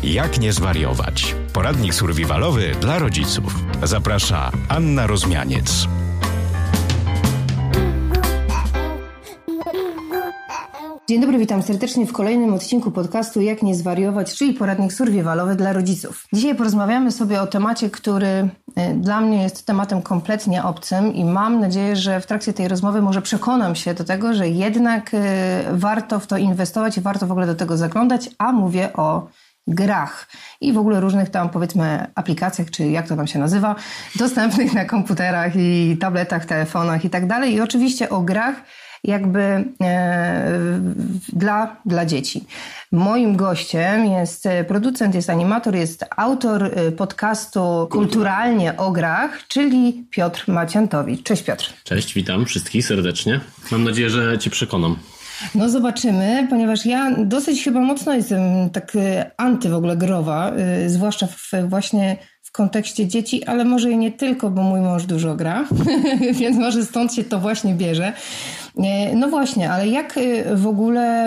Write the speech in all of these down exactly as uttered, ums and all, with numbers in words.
Jak nie zwariować? Poradnik survivalowy dla rodziców. Zaprasza Anna Rozmianiec. Dzień dobry, witam serdecznie w kolejnym odcinku podcastu Jak nie zwariować, czyli poradnik survivalowy dla rodziców. Dzisiaj porozmawiamy sobie o temacie, który dla mnie jest tematem kompletnie obcym i mam nadzieję, że w trakcie tej rozmowy może przekonam się do tego, że jednak warto w to inwestować i warto w ogóle do tego zaglądać, a mówię o grach i w ogóle różnych tam, powiedzmy, aplikacjach, czy jak to tam się nazywa, dostępnych na komputerach i tabletach, telefonach i tak dalej. I oczywiście o grach jakby e, dla, dla dzieci. Moim gościem jest producent, jest animator, jest autor podcastu Kulturalnie o grach, czyli Piotr Maciantowicz. Cześć Piotr. Cześć, witam wszystkich serdecznie. Mam nadzieję, że Cię przekonam. No zobaczymy, ponieważ ja dosyć chyba mocno jestem tak anty w ogóle growa, zwłaszcza w, właśnie w kontekście dzieci, ale może i nie tylko, bo mój mąż dużo gra, więc może stąd się to właśnie bierze. No właśnie, ale jak w ogóle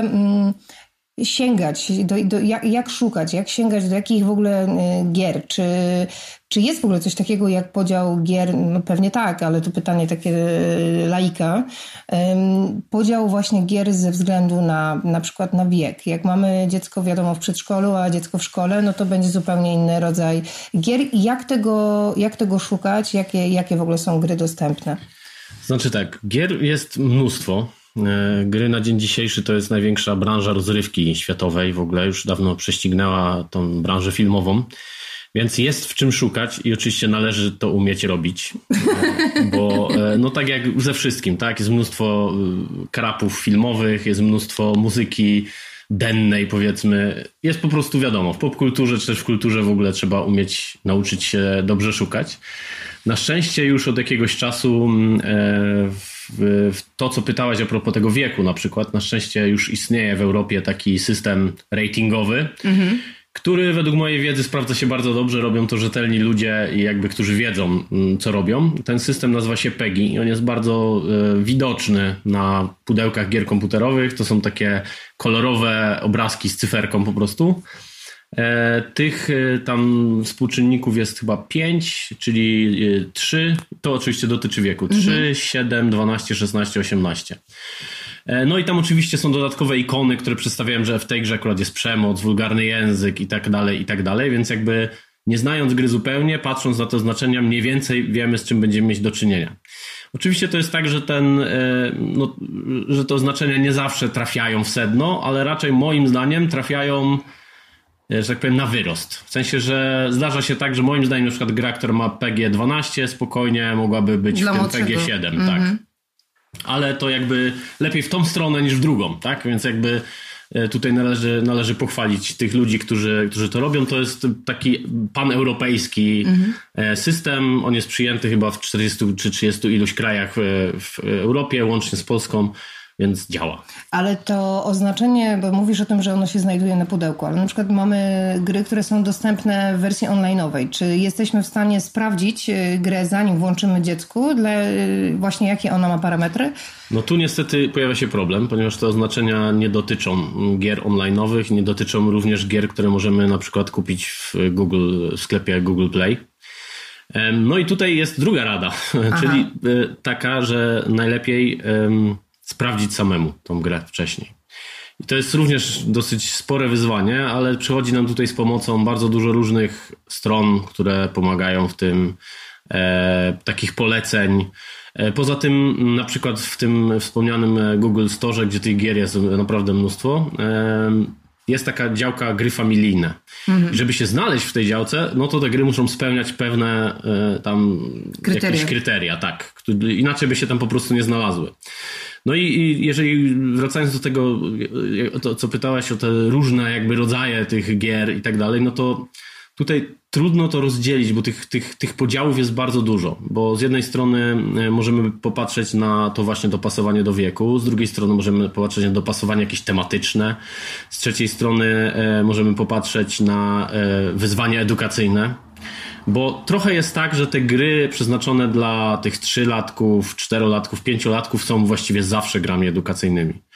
sięgać, do, do, jak, jak szukać, jak sięgać do jakich w ogóle gier? Czy, czy jest w ogóle coś takiego jak podział gier? No pewnie tak, ale to pytanie takie laika. Podział właśnie gier ze względu na na przykład na wiek. Jak mamy dziecko, wiadomo, w przedszkolu, a dziecko w szkole, no to będzie zupełnie inny rodzaj gier. I jak tego, jak tego szukać? Jakie, jakie w ogóle są gry dostępne? Znaczy tak, gier jest mnóstwo. Gry na dzień dzisiejszy to jest największa branża rozrywki światowej. W ogóle już dawno prześcignęła tą branżę filmową. Więc jest w czym szukać i oczywiście należy to umieć robić. Bo no tak jak ze wszystkim, tak? Jest mnóstwo krapów filmowych, jest mnóstwo muzyki dennej, powiedzmy. Jest po prostu wiadomo, w popkulturze czy też w kulturze w ogóle trzeba umieć nauczyć się dobrze szukać. Na szczęście już od jakiegoś czasu w to, co pytałaś a propos tego wieku na przykład, na szczęście już istnieje w Europie taki system ratingowy, mhm. który według mojej wiedzy sprawdza się bardzo dobrze. Robią to rzetelni ludzie i jakby, którzy wiedzą, co robią. Ten system nazywa się PEGI i on jest bardzo widoczny na pudełkach gier komputerowych. To są takie kolorowe obrazki z cyferką po prostu. Tych tam współczynników jest chyba pięć, czyli trzy, to oczywiście dotyczy wieku, trzy, mhm. siedem, dwanaście, szesnaście, osiemnaście. No i tam oczywiście są dodatkowe ikony, które przedstawiają, że w tej grze akurat jest przemoc, wulgarny język i tak dalej, i tak dalej, więc jakby nie znając gry zupełnie, patrząc na te oznaczenia, mniej więcej wiemy, z czym będziemy mieć do czynienia. Oczywiście to jest tak, że, ten, no, że te oznaczenia nie zawsze trafiają w sedno, ale raczej moim zdaniem trafiają, że tak powiem, na wyrost. W sensie, że zdarza się tak, że moim zdaniem na przykład gra, która ma P G dwanaście spokojnie mogłaby być dla w tym P G siedem, mm-hmm. tak. Ale to jakby lepiej w tą stronę niż w drugą, tak? Więc jakby tutaj należy, należy pochwalić tych ludzi, którzy, którzy to robią. To jest taki paneuropejski mm-hmm. system. On jest przyjęty chyba w czterdziestu czy trzydziestu iluś krajach w Europie, łącznie z Polską. Więc działa. Ale to oznaczenie, bo mówisz o tym, że ono się znajduje na pudełku, ale na przykład mamy gry, które są dostępne w wersji online'owej. Czy jesteśmy w stanie sprawdzić grę, zanim włączymy dziecku, dla właśnie jakie ona ma parametry? No tu niestety pojawia się problem, ponieważ te oznaczenia nie dotyczą gier online'owych, nie dotyczą również gier, które możemy na przykład kupić w Google, w sklepie Google Play. No i tutaj jest druga rada, Aha. czyli taka, że najlepiej sprawdzić samemu tą grę wcześniej. I to jest również dosyć spore wyzwanie, ale przychodzi nam tutaj z pomocą bardzo dużo różnych stron, które pomagają w tym, e, takich poleceń. E, poza tym na przykład w tym wspomnianym Google Store, gdzie tych gier jest naprawdę mnóstwo, e, jest taka działka gry familijne. Mhm. Żeby się znaleźć w tej działce, no to te gry muszą spełniać pewne e, tam kryteria. jakieś kryteria, tak. Inaczej by się tam po prostu nie znalazły. No i, i jeżeli wracając do tego, to, co pytałaś o te różne jakby rodzaje tych gier i tak dalej, no to tutaj trudno to rozdzielić, bo tych, tych, tych podziałów jest bardzo dużo, bo z jednej strony możemy popatrzeć na to właśnie dopasowanie do wieku, z drugiej strony możemy popatrzeć na dopasowanie jakieś tematyczne, z trzeciej strony możemy popatrzeć na wyzwania edukacyjne, bo trochę jest tak, że te gry przeznaczone dla tych trzylatków, czterolatków, pięciolatków są właściwie zawsze grami edukacyjnymi.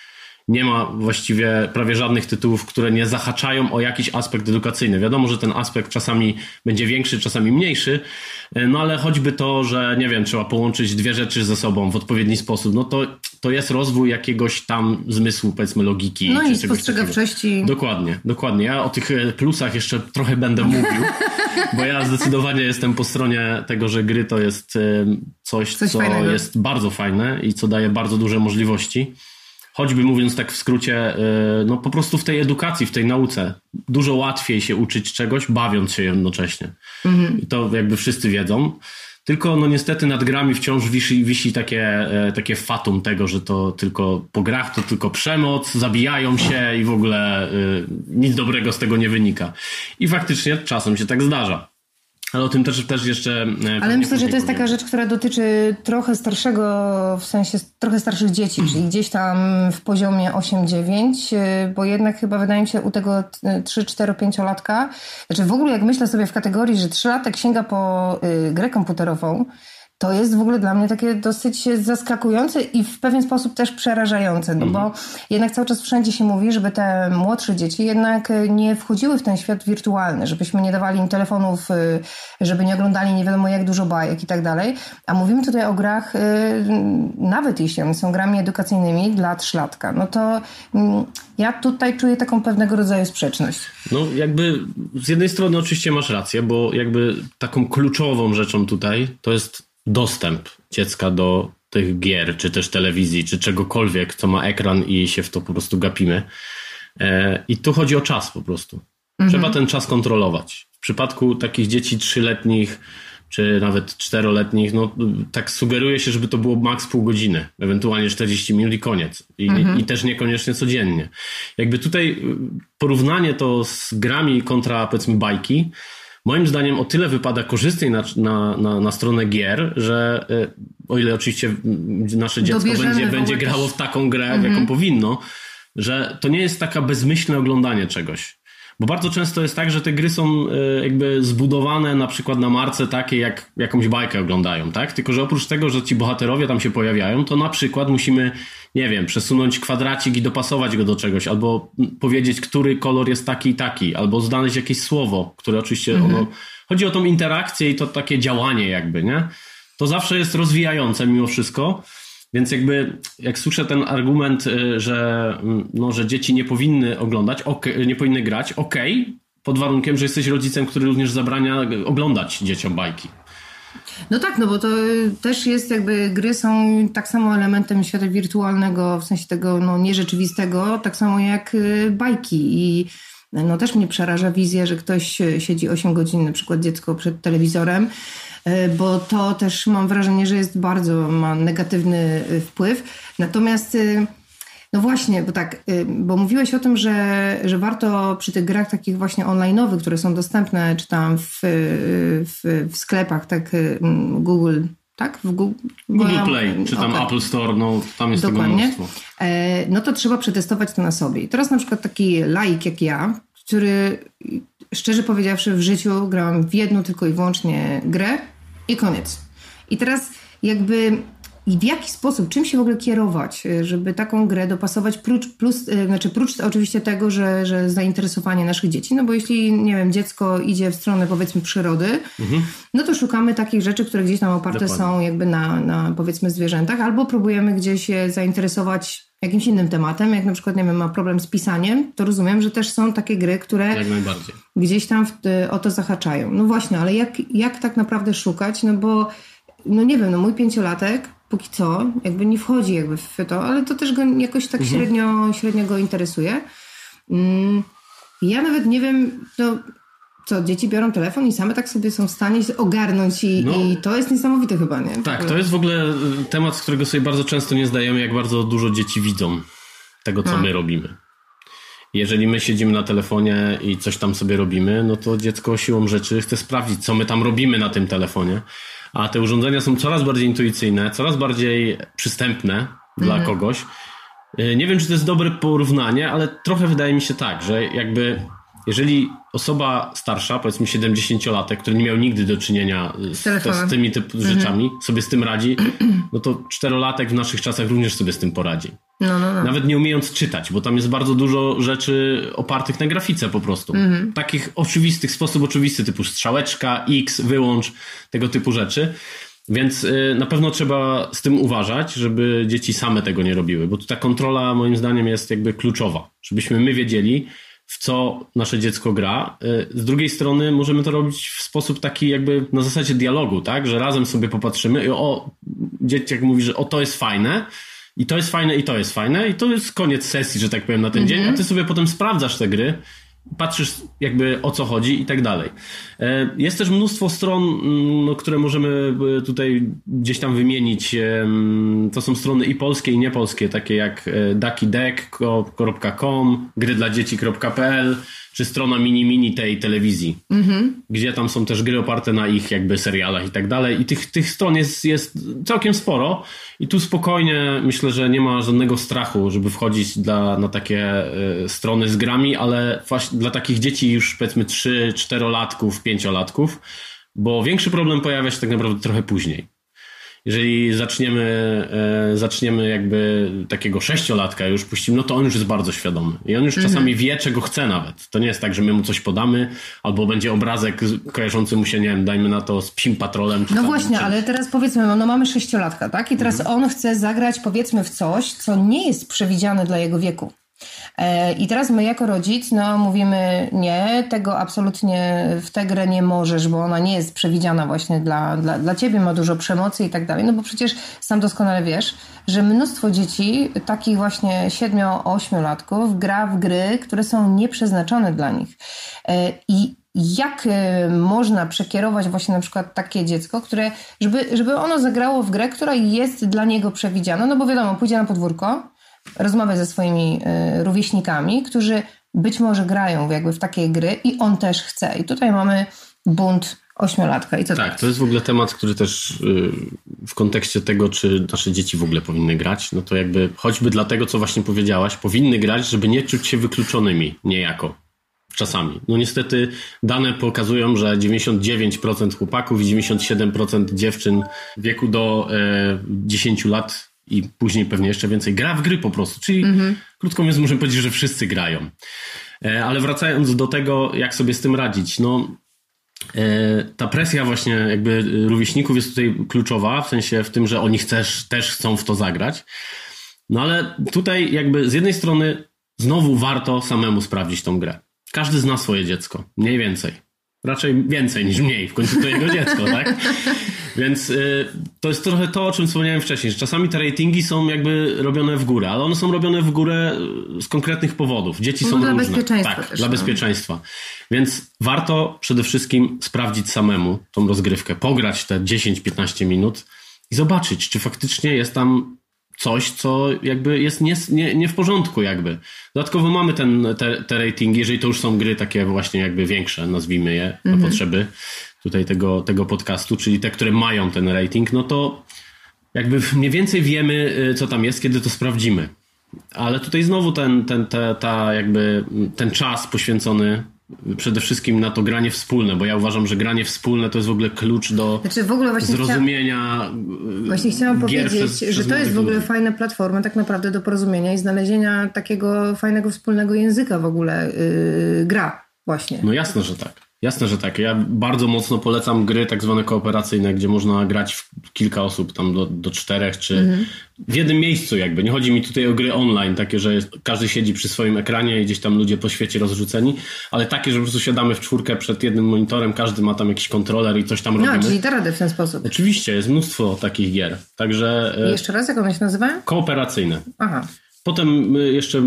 nie ma właściwie prawie żadnych tytułów, które nie zahaczają o jakiś aspekt edukacyjny. Wiadomo, że ten aspekt czasami będzie większy, czasami mniejszy, no ale choćby to, że nie wiem, trzeba połączyć dwie rzeczy ze sobą w odpowiedni sposób, no to, to jest rozwój jakiegoś tam zmysłu, powiedzmy, logiki. No czy i czegoś spostrzegawczości. takiego. Dokładnie, dokładnie. Ja o tych plusach jeszcze trochę będę mówił, bo ja zdecydowanie jestem po stronie tego, że gry to jest coś, coś co fajnego. Jest bardzo fajne i co daje bardzo duże możliwości. Choćby mówiąc tak w skrócie, no po prostu w tej edukacji, w tej nauce dużo łatwiej się uczyć czegoś, bawiąc się jednocześnie. Mhm. I to jakby wszyscy wiedzą. Tylko no niestety nad grami wciąż wisi, wisi takie, takie fatum tego, że to tylko po grach to tylko przemoc, zabijają się i w ogóle y, nic dobrego z tego nie wynika. I faktycznie czasem się tak zdarza. Ale o tym też, też jeszcze... Ale myślę, że to jest taka rzecz, która dotyczy trochę starszego, w sensie trochę starszych dzieci, czyli gdzieś tam w poziomie osiem dziewięć, bo jednak chyba wydaje mi się u tego trzy cztery pięciolatka, znaczy w ogóle jak myślę sobie w kategorii, że trzylatek sięga po y, grę komputerową, to jest w ogóle dla mnie takie dosyć zaskakujące i w pewien sposób też przerażające, no bo jednak cały czas wszędzie się mówi, żeby te młodsze dzieci jednak nie wchodziły w ten świat wirtualny, żebyśmy nie dawali im telefonów, żeby nie oglądali nie wiadomo jak dużo bajek i tak dalej. A mówimy tutaj o grach, nawet jeśli one są grami edukacyjnymi dla trzylatka, no to ja tutaj czuję taką pewnego rodzaju sprzeczność. No jakby z jednej strony oczywiście masz rację, bo jakby taką kluczową rzeczą tutaj to jest dostęp dziecka do tych gier, czy też telewizji, czy czegokolwiek, co ma ekran i się w to po prostu gapimy. I tu chodzi o czas po prostu. Mhm. Trzeba ten czas kontrolować. W przypadku takich dzieci trzyletnich, czy nawet czteroletnich, no tak sugeruje się, żeby to było maks pół godziny, ewentualnie czterdzieści minut i koniec. I, mhm. i też niekoniecznie codziennie. Jakby tutaj porównanie to z grami kontra, powiedzmy, bajki, moim zdaniem o tyle wypada korzystniej na, na, na, na stronę gier, że o ile oczywiście nasze dziecko będzie, będzie grało w taką grę, mhm. jaką powinno, że to nie jest taka bezmyślne oglądanie czegoś. Bo bardzo często jest tak, że te gry są jakby zbudowane na przykład na marce takiej, jak jakąś bajkę oglądają, tak? Tylko że oprócz tego, że ci bohaterowie tam się pojawiają, to na przykład musimy, nie wiem, przesunąć kwadracik i dopasować go do czegoś, albo powiedzieć, który kolor jest taki i taki, albo znaleźć jakieś słowo, które oczywiście mhm. ono... Chodzi o tą interakcję i to takie działanie jakby, nie? To zawsze jest rozwijające mimo wszystko. Więc jakby jak słyszę ten argument, że, no, że dzieci nie powinny oglądać, okay, nie powinny grać, okej, okay, pod warunkiem, że jesteś rodzicem, który również zabrania oglądać dzieciom bajki. No tak, no bo to też jest jakby, gry są tak samo elementem świata wirtualnego, w sensie tego no, nierzeczywistego, tak samo jak bajki i no też mnie przeraża wizja, że ktoś siedzi osiem godzin, na przykład dziecko przed telewizorem, bo to też mam wrażenie, że jest bardzo, ma negatywny wpływ. Natomiast no właśnie, bo tak, bo mówiłeś o tym, że, że warto przy tych grach takich właśnie online'owych, które są dostępne, czy tam w, w, w sklepach, tak Google, tak? W Google, Google ja, Play, czy tam okay. Apple Store, no tam jest dokładnie. Tego mnóstwo. No to trzeba przetestować to na sobie. I teraz na przykład taki laik jak ja, który szczerze powiedziawszy w życiu grałam w jedną tylko i wyłącznie grę i koniec. I teraz jakby i w jaki sposób, czym się w ogóle kierować, żeby taką grę dopasować, prócz, plus, znaczy prócz oczywiście tego, że, że zainteresowanie naszych dzieci, no bo jeśli, nie wiem, dziecko idzie w stronę powiedzmy przyrody, mhm. no to szukamy takich rzeczy, które gdzieś tam oparte Dokładnie. Są jakby na, na powiedzmy zwierzętach, albo próbujemy gdzieś się zainteresować jakimś innym tematem, jak na przykład, nie wiem, ma problem z pisaniem, to rozumiem, że też są takie gry, które jak najbardziej. Gdzieś tam w, o to zahaczają. No właśnie, ale jak, jak tak naprawdę szukać, no bo no nie wiem, no mój pięciolatek póki co jakby nie wchodzi jakby w to, ale to też go jakoś tak mhm. średnio, średnio go interesuje. Mm, ja nawet nie wiem, no co, dzieci biorą telefon i same tak sobie są w stanie się ogarnąć i, no, i to jest niesamowite chyba, nie? Tak, to jest w ogóle temat, z którego sobie bardzo często nie zdajemy, jak bardzo dużo dzieci widzą tego, co A. my robimy. Jeżeli my siedzimy na telefonie i coś tam sobie robimy, no to dziecko siłą rzeczy chce sprawdzić, co my tam robimy na tym telefonie. A te urządzenia są coraz bardziej intuicyjne, coraz bardziej przystępne mhm. dla kogoś. Nie wiem, czy to jest dobre porównanie, ale trochę wydaje mi się tak, że jakby jeżeli osoba starsza, powiedzmy siedemdziesięciolatek, który nie miał nigdy do czynienia z, z tymi typ mhm. rzeczami, sobie z tym radzi, no to czterolatek w naszych czasach również sobie z tym poradzi. No, no, no. Nawet nie umiejąc czytać, bo tam jest bardzo dużo rzeczy opartych na grafice po prostu. Mhm. Takich oczywistych, sposób oczywisty, typu strzałeczka, X, wyłącz, tego typu rzeczy. Więc y, na pewno trzeba z tym uważać, żeby dzieci same tego nie robiły, bo tu ta kontrola moim zdaniem jest jakby kluczowa, żebyśmy my wiedzieli, w co nasze dziecko gra. Z drugiej strony możemy to robić w sposób taki jakby na zasadzie dialogu, tak, że razem sobie popatrzymy i o, dzieciak mówi, że o, to jest fajne i to jest fajne i to jest fajne i to jest koniec sesji, że tak powiem, na ten mm-hmm. dzień, a ty sobie potem sprawdzasz te gry, patrzysz jakby o co chodzi i tak dalej. Jest też mnóstwo stron, no, które możemy tutaj gdzieś tam wymienić. To są strony i polskie i niepolskie, takie jak dakidek kropka com, gry dla dzieci kropka p l czy strona mini mini tej telewizji, mm-hmm. gdzie tam są też gry oparte na ich jakby serialach i tak dalej. I tych, tych stron jest, jest całkiem sporo i tu spokojnie myślę, że nie ma żadnego strachu, żeby wchodzić dla, na takie y, strony z grami, ale właśnie dla takich dzieci już powiedzmy trzy czterolatków, pięciolatków, bo większy problem pojawia się tak naprawdę trochę później. Jeżeli zaczniemy, e, zaczniemy jakby takiego sześciolatka już puścimy, no to on już jest bardzo świadomy. I on już mhm. czasami wie, czego chce nawet. To nie jest tak, że my mu coś podamy, albo będzie obrazek kojarzący mu się, nie wiem, dajmy na to z Psim Patrolem. No tam, właśnie, czy... ale teraz powiedzmy, no mamy sześciolatka, tak? I teraz mhm. on chce zagrać powiedzmy w coś, co nie jest przewidziane dla jego wieku. I teraz my jako rodzic no mówimy nie, tego absolutnie w tę grę nie możesz, bo ona nie jest przewidziana właśnie dla, dla, dla ciebie, ma dużo przemocy i tak dalej, no bo przecież sam doskonale wiesz, że mnóstwo dzieci, takich właśnie siedmiu-ośmiolatków gra w gry, które są nieprzeznaczone dla nich. I jak można przekierować właśnie na przykład takie dziecko, które, żeby, żeby ono zagrało w grę, która jest dla niego przewidziana, no bo wiadomo, pójdzie na podwórko, rozmawia ze swoimi y, rówieśnikami, którzy być może grają jakby w takie gry i on też chce. I tutaj mamy bunt ośmiolatka. I co tak, tak? To jest w ogóle temat, który też y, w kontekście tego, czy nasze dzieci w ogóle powinny grać, no to jakby choćby dlatego, co właśnie powiedziałaś, powinny grać, żeby nie czuć się wykluczonymi niejako. Czasami. No niestety dane pokazują, że dziewięćdziesiąt dziewięć procent chłopaków i dziewięćdziesiąt siedem procent dziewczyn w wieku do e, dziesięciu lat i później pewnie jeszcze więcej gra w gry po prostu. Czyli mm-hmm. krótko mówiąc możemy powiedzieć, że wszyscy grają. E, ale wracając do tego, jak sobie z tym radzić. No e, ta presja właśnie jakby rówieśników jest tutaj kluczowa, w sensie w tym, że oni chcesz, też chcą w to zagrać. No ale tutaj jakby z jednej strony znowu warto samemu sprawdzić tą grę. Każdy zna swoje dziecko, mniej więcej. Raczej więcej niż mniej, w końcu to jego dziecko, tak? Więc y, to jest trochę to, o czym wspomniałem wcześniej, że czasami te ratingi są jakby robione w górę, ale one są robione w górę z konkretnych powodów. Dzieci no są dla różne. Bezpieczeństwa tak, też, dla no. bezpieczeństwa. Więc warto przede wszystkim sprawdzić samemu tą rozgrywkę, pograć te dziesięć piętnaście minut i zobaczyć, czy faktycznie jest tam coś, co jakby jest nie, nie, nie w porządku jakby. Dodatkowo mamy ten, te, te ratingi, jeżeli to już są gry takie właśnie jakby większe, nazwijmy je, na mhm. potrzeby tutaj tego, tego podcastu, czyli te, które mają ten rating, no to jakby mniej więcej wiemy, co tam jest, kiedy to sprawdzimy. Ale tutaj znowu ten, ten, ta, ta jakby ten czas poświęcony przede wszystkim na to granie wspólne, bo ja uważam, że granie wspólne to jest w ogóle klucz do znaczy w ogóle właśnie zrozumienia chcia... Właśnie chciałam powiedzieć, przez, że przez to jest w ogóle ludzi. fajna platforma tak naprawdę do porozumienia i znalezienia takiego fajnego wspólnego języka w ogóle yy, gra właśnie. No jasne, że tak. Jasne, że tak. Ja bardzo mocno polecam gry tak zwane kooperacyjne, gdzie można grać w kilka osób, tam do, do czterech, czy mhm. w jednym miejscu jakby. Nie chodzi mi tutaj o gry online, takie, że jest, każdy siedzi przy swoim ekranie i gdzieś tam ludzie po świecie rozrzuceni, ale takie, że po prostu siadamy w czwórkę przed jednym monitorem, każdy ma tam jakiś kontroler i coś tam robimy. No, czyli da radę w ten sposób. Oczywiście, jest mnóstwo takich gier. Także... I jeszcze raz, jak one się nazywają? Kooperacyjne. Aha. Potem jeszcze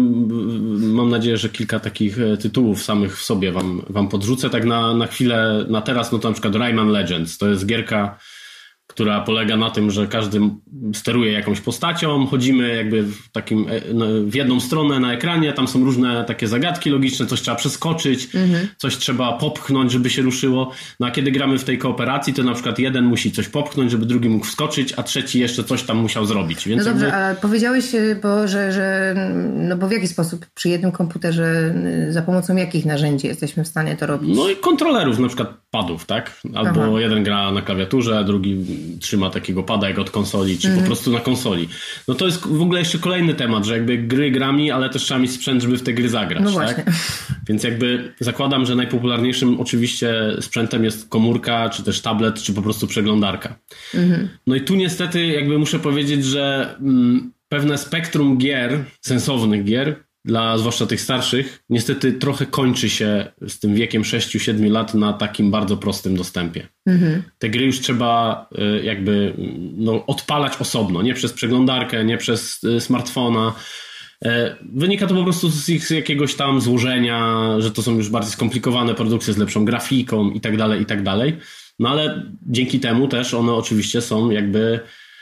mam nadzieję, że kilka takich tytułów samych w sobie wam, wam podrzucę. Tak na, na chwilę, na teraz, no to na przykład Rayman Legends. To jest gierka, która polega na tym, że każdy steruję jakąś postacią, chodzimy jakby w takim, w jedną stronę na ekranie, tam są różne takie zagadki logiczne, coś trzeba przeskoczyć, mhm. coś trzeba popchnąć, żeby się ruszyło. No a kiedy gramy w tej kooperacji, to na przykład jeden musi coś popchnąć, żeby drugi mógł wskoczyć, a trzeci jeszcze coś tam musiał zrobić. Więc no dobrze, jakby... a powiedziałeś, bo, że, że no bo w jaki sposób przy jednym komputerze, za pomocą jakich narzędzi jesteśmy w stanie to robić? No i kontrolerów, na przykład padów, tak? Albo Aha. jeden gra na klawiaturze, drugi trzyma takiego pada jak od konsoli, czy mhm. po prostu na konsoli. No to jest w ogóle jeszcze kolejny temat, że jakby gry grami, ale też trzeba mieć sprzęt, żeby w te gry zagrać. No tak? właśnie. Więc jakby zakładam, że najpopularniejszym oczywiście sprzętem jest komórka, czy też tablet, czy po prostu przeglądarka. Mhm. No i tu niestety jakby muszę powiedzieć, że mm, pewne spektrum gier, sensownych gier, dla zwłaszcza tych starszych, niestety trochę kończy się z tym wiekiem sześć siedem lat na takim bardzo prostym dostępie. Mhm. Te gry już trzeba jakby no, odpalać osobno, nie przez przeglądarkę, nie przez smartfona. Wynika to po prostu z ich jakiegoś tam złożenia, że to są już bardziej skomplikowane produkcje z lepszą grafiką i tak dalej, i tak dalej. No ale dzięki temu też one oczywiście są jakby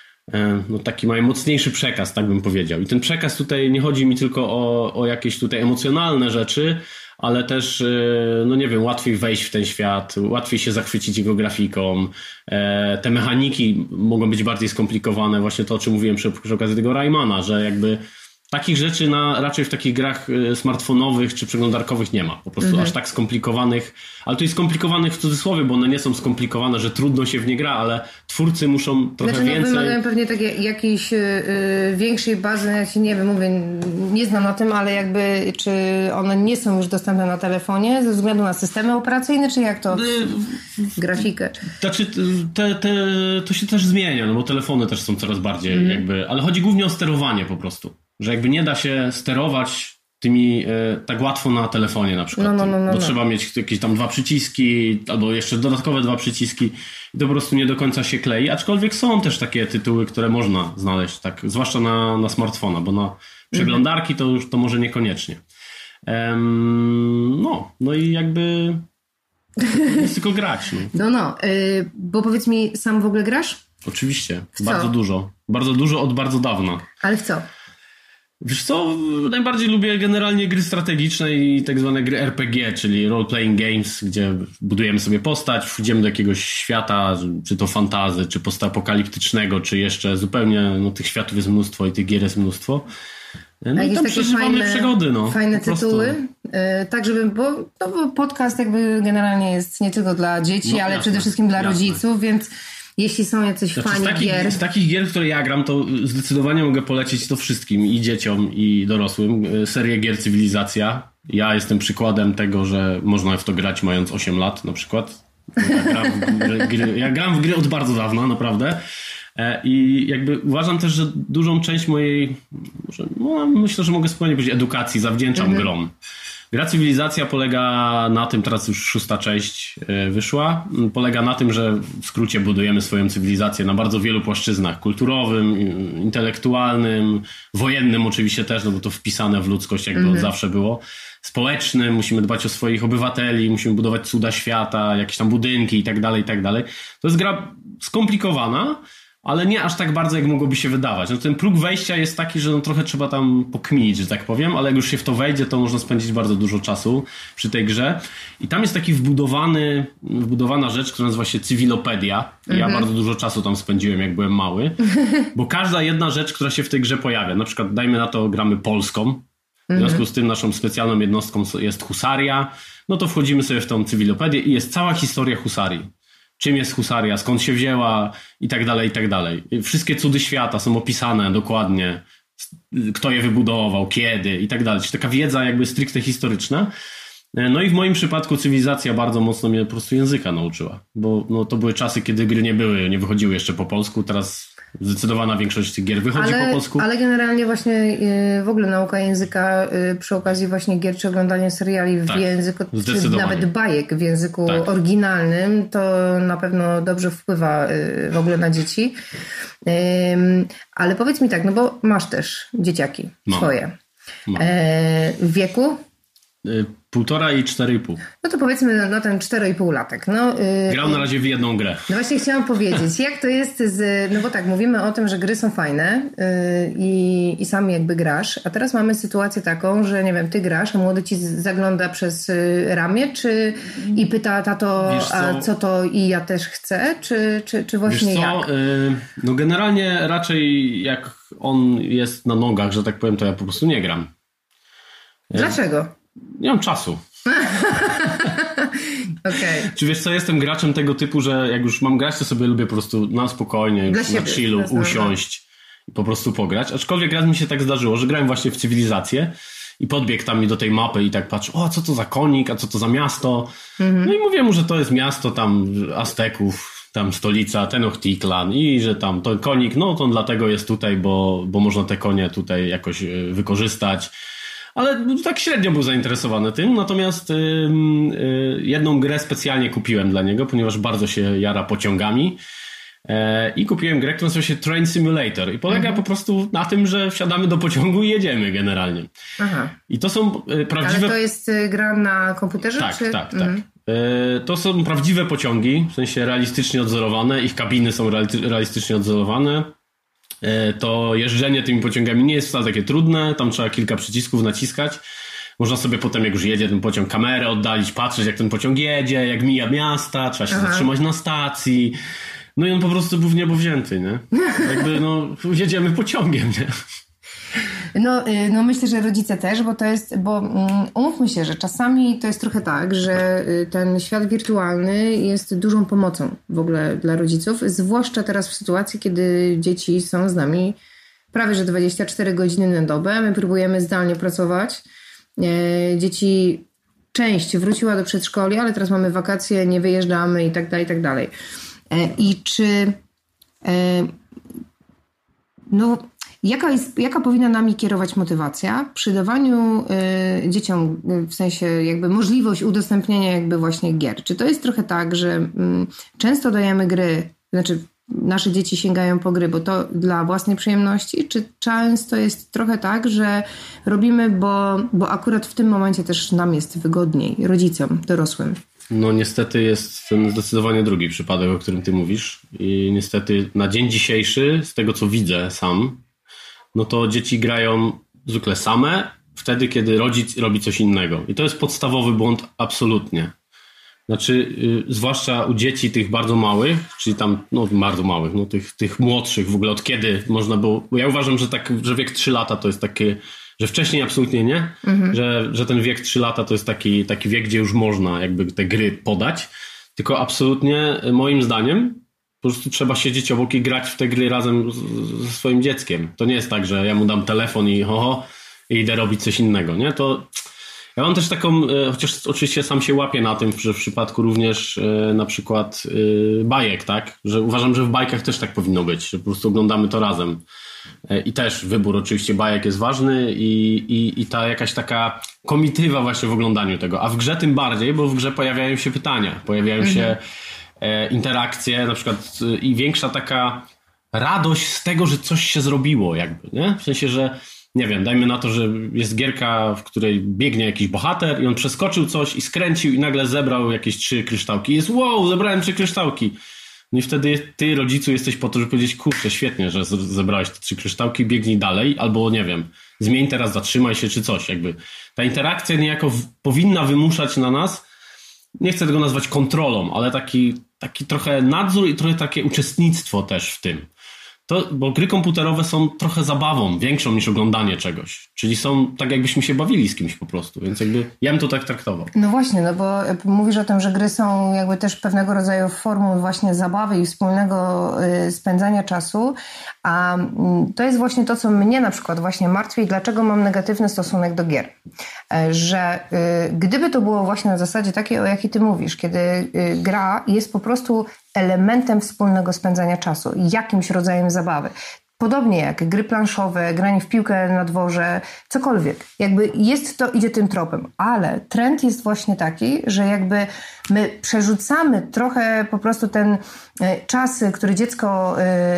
no taki mają mocniejszy przekaz, tak bym powiedział. I ten przekaz tutaj nie chodzi mi tylko o, o jakieś tutaj emocjonalne rzeczy, ale też, no nie wiem, łatwiej wejść w ten świat, łatwiej się zachwycić jego grafiką. Te mechaniki mogą być bardziej skomplikowane, właśnie to, o czym mówiłem przy, przy okazji tego Raymana, że jakby takich rzeczy na, raczej w takich grach smartfonowych czy przeglądarkowych nie ma. Po prostu mhm. aż tak skomplikowanych, ale to jest skomplikowanych w cudzysłowie, bo one nie są skomplikowane, że trudno się w nie gra, ale twórcy muszą trochę znaczy, no, więcej... wymagają pewnie takiej jakiejś yy, większej bazy, ja się nie wiem, mówię, nie znam na tym, ale jakby czy one nie są już dostępne na telefonie ze względu na systemy operacyjne, czy jak to? Grafikę. Znaczy, te, te, to się też zmienia, no bo telefony też są coraz bardziej mhm. jakby, ale chodzi głównie o sterowanie po prostu. Że jakby nie da się sterować tymi e, tak łatwo na telefonie na przykład. No, no, no, no, bo no. trzeba mieć jakieś tam dwa przyciski albo jeszcze dodatkowe dwa przyciski i to po prostu nie do końca się klei. Aczkolwiek są też takie tytuły, które można znaleźć, tak, zwłaszcza na, na smartfona, bo na przeglądarki to już to może niekoniecznie. Ehm, no, no i jakby jest tylko grać. No, no, no yy, bo powiedz mi, sam w ogóle grasz? Oczywiście, bardzo dużo. Bardzo dużo od bardzo dawna. Ale w co? Wiesz co, najbardziej lubię generalnie gry strategiczne i tak zwane gry R P G, czyli role playing games, gdzie budujemy sobie postać, wchodzimy do jakiegoś świata, czy to fantasy, czy postapokaliptycznego, czy jeszcze zupełnie, no tych światów jest mnóstwo i tych gier jest mnóstwo. No i tam przeżywamy fajne, przygody, no. Fajne tytuły, yy, tak żeby, bo, no, bo podcast jakby generalnie jest nie tylko dla dzieci, no, ale jasne, przede wszystkim dla jasne. rodziców, więc jeśli są jacyś znaczy, fani z takich, gier... Z takich gier, które ja gram, to zdecydowanie mogę polecić to wszystkim, i dzieciom, i dorosłym. Serię gier Cywilizacja. Ja jestem przykładem tego, że można w to grać mając osiem lat na przykład. Ja gram w gry, ja gram w gry od bardzo dawna, naprawdę. I jakby uważam też, że dużą część mojej, może, no, myślę, że mogę spokojnie powiedzieć, edukacji zawdzięczam mhm. grom. Gra Cywilizacja polega na tym, teraz już szósta część wyszła, polega na tym, że w skrócie budujemy swoją cywilizację na bardzo wielu płaszczyznach. Kulturowym, intelektualnym, wojennym oczywiście też, no bo to wpisane w ludzkość jakby mhm. od zawsze było. Społecznym, musimy dbać o swoich obywateli, musimy budować cuda świata, jakieś tam budynki i tak dalej, i tak dalej. To jest gra skomplikowana, ale nie aż tak bardzo, jak mogłoby się wydawać. No ten próg wejścia jest taki, że no trochę trzeba tam pokminić, że tak powiem, ale jak już się w to wejdzie, to można spędzić bardzo dużo czasu przy tej grze. I tam jest taki wbudowany, wbudowana rzecz, która nazywa się Cywilopedia. Ja mhm. bardzo dużo czasu tam spędziłem, jak byłem mały, bo każda jedna rzecz, która się w tej grze pojawia, na przykład dajmy na to, gramy polską, w związku z tym naszą specjalną jednostką jest husaria, no to wchodzimy sobie w tą Cywilopedię i jest cała historia husarii. Czym jest husaria, skąd się wzięła i tak dalej, i tak dalej. Wszystkie cudy świata są opisane dokładnie, kto je wybudował, kiedy i tak dalej. Czyli taka wiedza jakby stricte historyczna. No i w moim przypadku Cywilizacja bardzo mocno mnie po prostu języka nauczyła, bo no, to były czasy, kiedy gry nie były, nie wychodziły jeszcze po polsku, teraz zdecydowana większość tych gier wychodzi ale, po polsku. Ale generalnie właśnie yy, w ogóle nauka języka yy, przy okazji właśnie gier czy oglądania seriali w tak, języku, czy nawet bajek w języku tak. oryginalnym, to na pewno dobrze wpływa yy, w ogóle na dzieci. Yy, ale powiedz mi tak, no bo masz też dzieciaki Mam. swoje. Mam. Yy, w wieku? Półtora i cztery i pół. No to powiedzmy no ten cztery i pół latek. No, yy, Grał na razie w jedną grę. No właśnie chciałam powiedzieć, jak to jest z... No bo tak, mówimy o tym, że gry są fajne yy, i, i sam jakby grasz, a teraz mamy sytuację taką, że nie wiem, ty grasz, a młody ci zagląda przez y, ramię, czy i pyta tato, co? a co to i ja też chcę, czy, czy, czy właśnie Wiesz co? jak? Yy, no generalnie raczej jak on jest na nogach, że tak powiem, to ja po prostu nie gram. Dlaczego? Nie mam czasu. Okay. Czy wiesz co, jestem graczem tego typu, że jak już mam grać, to sobie lubię po prostu na spokojnie, już na chillu, usiąść i po prostu pograć. Aczkolwiek raz mi się tak zdarzyło, że grałem właśnie w Cywilizację i podbiegł tam mi do tej mapy i tak patrzę, o co to za konik, a co to za miasto. Mm-hmm. No i mówię mu, że to jest miasto tam Azteków, tam stolica Tenochtitlan i że tam to konik, no to dlatego jest tutaj, bo, bo można te konie tutaj jakoś wykorzystać. Ale tak średnio był zainteresowany tym, natomiast y, y, jedną grę specjalnie kupiłem dla niego, ponieważ bardzo się jara pociągami e, i kupiłem grę, która nazywa się Train Simulator i polega mhm. po prostu na tym, że wsiadamy do pociągu i jedziemy generalnie. Aha. I to są y, prawdziwe... Ale to jest y, gra na komputerze? Tak, czy... tak, mhm. tak. Y, to są prawdziwe pociągi, w sensie realistycznie odzorowane, ich kabiny są reali- realistycznie odzorowane. To jeżdżenie tymi pociągami nie jest wcale takie trudne, tam trzeba kilka przycisków naciskać. Można sobie potem, jak już jedzie ten pociąg, kamerę oddalić, patrzeć jak ten pociąg jedzie, jak mija miasta, trzeba się Aha. zatrzymać na stacji. No i on po prostu był w niebo wzięty, nie? Jakby no, jedziemy pociągiem, nie? No, no myślę, że rodzice też, bo to jest, bo um, umówmy się, że czasami to jest trochę tak, że ten świat wirtualny jest dużą pomocą w ogóle dla rodziców, zwłaszcza teraz w sytuacji, kiedy dzieci są z nami prawie że dwadzieścia cztery godziny na dobę, my próbujemy zdalnie pracować, e, dzieci, część wróciła do przedszkoli, ale teraz mamy wakacje, nie wyjeżdżamy i tak dalej, i tak dalej. E, I czy e, no Jaka, jest, jaka powinna nami kierować motywacja przy dawaniu y, dzieciom y, w sensie jakby możliwość udostępnienia jakby właśnie gier? Czy to jest trochę tak, że y, często dajemy gry, znaczy nasze dzieci sięgają po gry, bo to dla własnej przyjemności, czy często jest trochę tak, że robimy, bo, bo akurat w tym momencie też nam jest wygodniej, rodzicom, dorosłym? No niestety jest ten zdecydowanie drugi przypadek, o którym ty mówisz i niestety na dzień dzisiejszy, z tego co widzę sam, no to dzieci grają zwykle same wtedy, kiedy rodzic robi coś innego. I to jest podstawowy błąd absolutnie. Znaczy, yy, zwłaszcza u dzieci tych bardzo małych, czyli tam, no bardzo małych, no tych, tych młodszych w ogóle, od kiedy można było... Bo ja uważam, że, tak, że wiek trzy lata to jest takie, że wcześniej absolutnie nie, mhm. że, że ten wiek trzy lata to jest taki, taki wiek, gdzie już można jakby te gry podać. Tylko absolutnie, moim zdaniem, po prostu trzeba siedzieć obok i grać w te gry razem z, ze swoim dzieckiem. To nie jest tak, że ja mu dam telefon i ho, ho i idę robić coś innego, nie? To ja mam też taką, chociaż oczywiście sam się łapię na tym, że w przypadku również na przykład bajek, tak? Że uważam, że w bajkach też tak powinno być, że po prostu oglądamy to razem. I też wybór oczywiście bajek jest ważny i, i, i ta jakaś taka komitywa właśnie w oglądaniu tego. A w grze tym bardziej, bo w grze pojawiają się pytania, pojawiają mhm. się interakcje, na przykład i większa taka radość z tego, że coś się zrobiło jakby, nie? W sensie, że nie wiem, dajmy na to, że jest gierka, w której biegnie jakiś bohater i on przeskoczył coś i skręcił i nagle zebrał jakieś trzy kryształki. I jest wow, zebrałem trzy kryształki. No i wtedy ty, rodzicu, jesteś po to, żeby powiedzieć, kurczę, świetnie, że zebrałeś te trzy kryształki, biegnij dalej, albo nie wiem, zmień teraz, zatrzymaj się, czy coś. Jakby ta interakcja niejako w, powinna wymuszać na nas, nie chcę tego nazwać kontrolą, ale taki, taki trochę nadzór i trochę takie uczestnictwo też w tym. To, bo gry komputerowe są trochę zabawą, większą niż oglądanie czegoś. Czyli są tak, jakbyśmy się bawili z kimś po prostu, więc jakby ja bym to tak traktował. No właśnie, no bo mówisz o tym, że gry są jakby też pewnego rodzaju formą właśnie zabawy i wspólnego y, spędzania czasu, a y, to jest właśnie to, co mnie na przykład właśnie martwi i dlaczego mam negatywny stosunek do gier. Y, że y, gdyby to było właśnie na zasadzie takiej, o jakiej ty mówisz, kiedy y, gra jest po prostu elementem wspólnego spędzania czasu, jakimś rodzajem zabawy. Podobnie jak gry planszowe, granie w piłkę na dworze, cokolwiek. Jakby jest to, idzie tym tropem. Ale trend jest właśnie taki, że jakby my przerzucamy trochę po prostu ten czas, który dziecko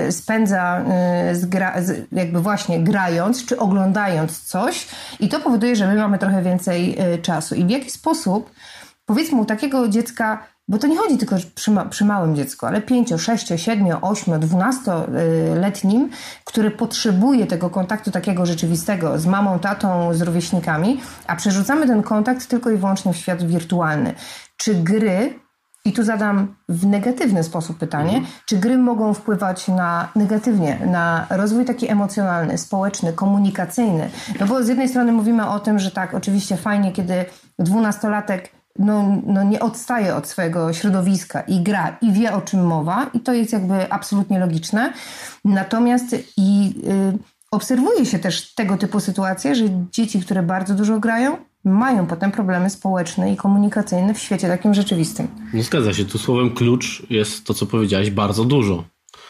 spędza z gra, jakby właśnie grając, czy oglądając coś i to powoduje, że my mamy trochę więcej czasu. I w jaki sposób, powiedzmy u takiego dziecka, bo to nie chodzi tylko przy, ma, przy małym dziecku, ale pięcio, sześcio, siedmiu, ośmiu, dwunastoletnim, który potrzebuje tego kontaktu takiego rzeczywistego z mamą, tatą, z rówieśnikami, a przerzucamy ten kontakt tylko i wyłącznie w świat wirtualny. Czy gry, i tu zadam w negatywny sposób pytanie, mhm. czy gry mogą wpływać na negatywnie, na rozwój taki emocjonalny, społeczny, komunikacyjny? No bo z jednej strony mówimy o tym, że tak, oczywiście fajnie, kiedy dwunastolatek No, no nie odstaje od swojego środowiska i gra i wie, o czym mowa i to jest jakby absolutnie logiczne. Natomiast i y, obserwuje się też tego typu sytuacje, że dzieci, które bardzo dużo grają, mają potem problemy społeczne i komunikacyjne w świecie takim rzeczywistym. No zgadza się, tu słowem klucz jest to, co powiedziałeś, bardzo dużo.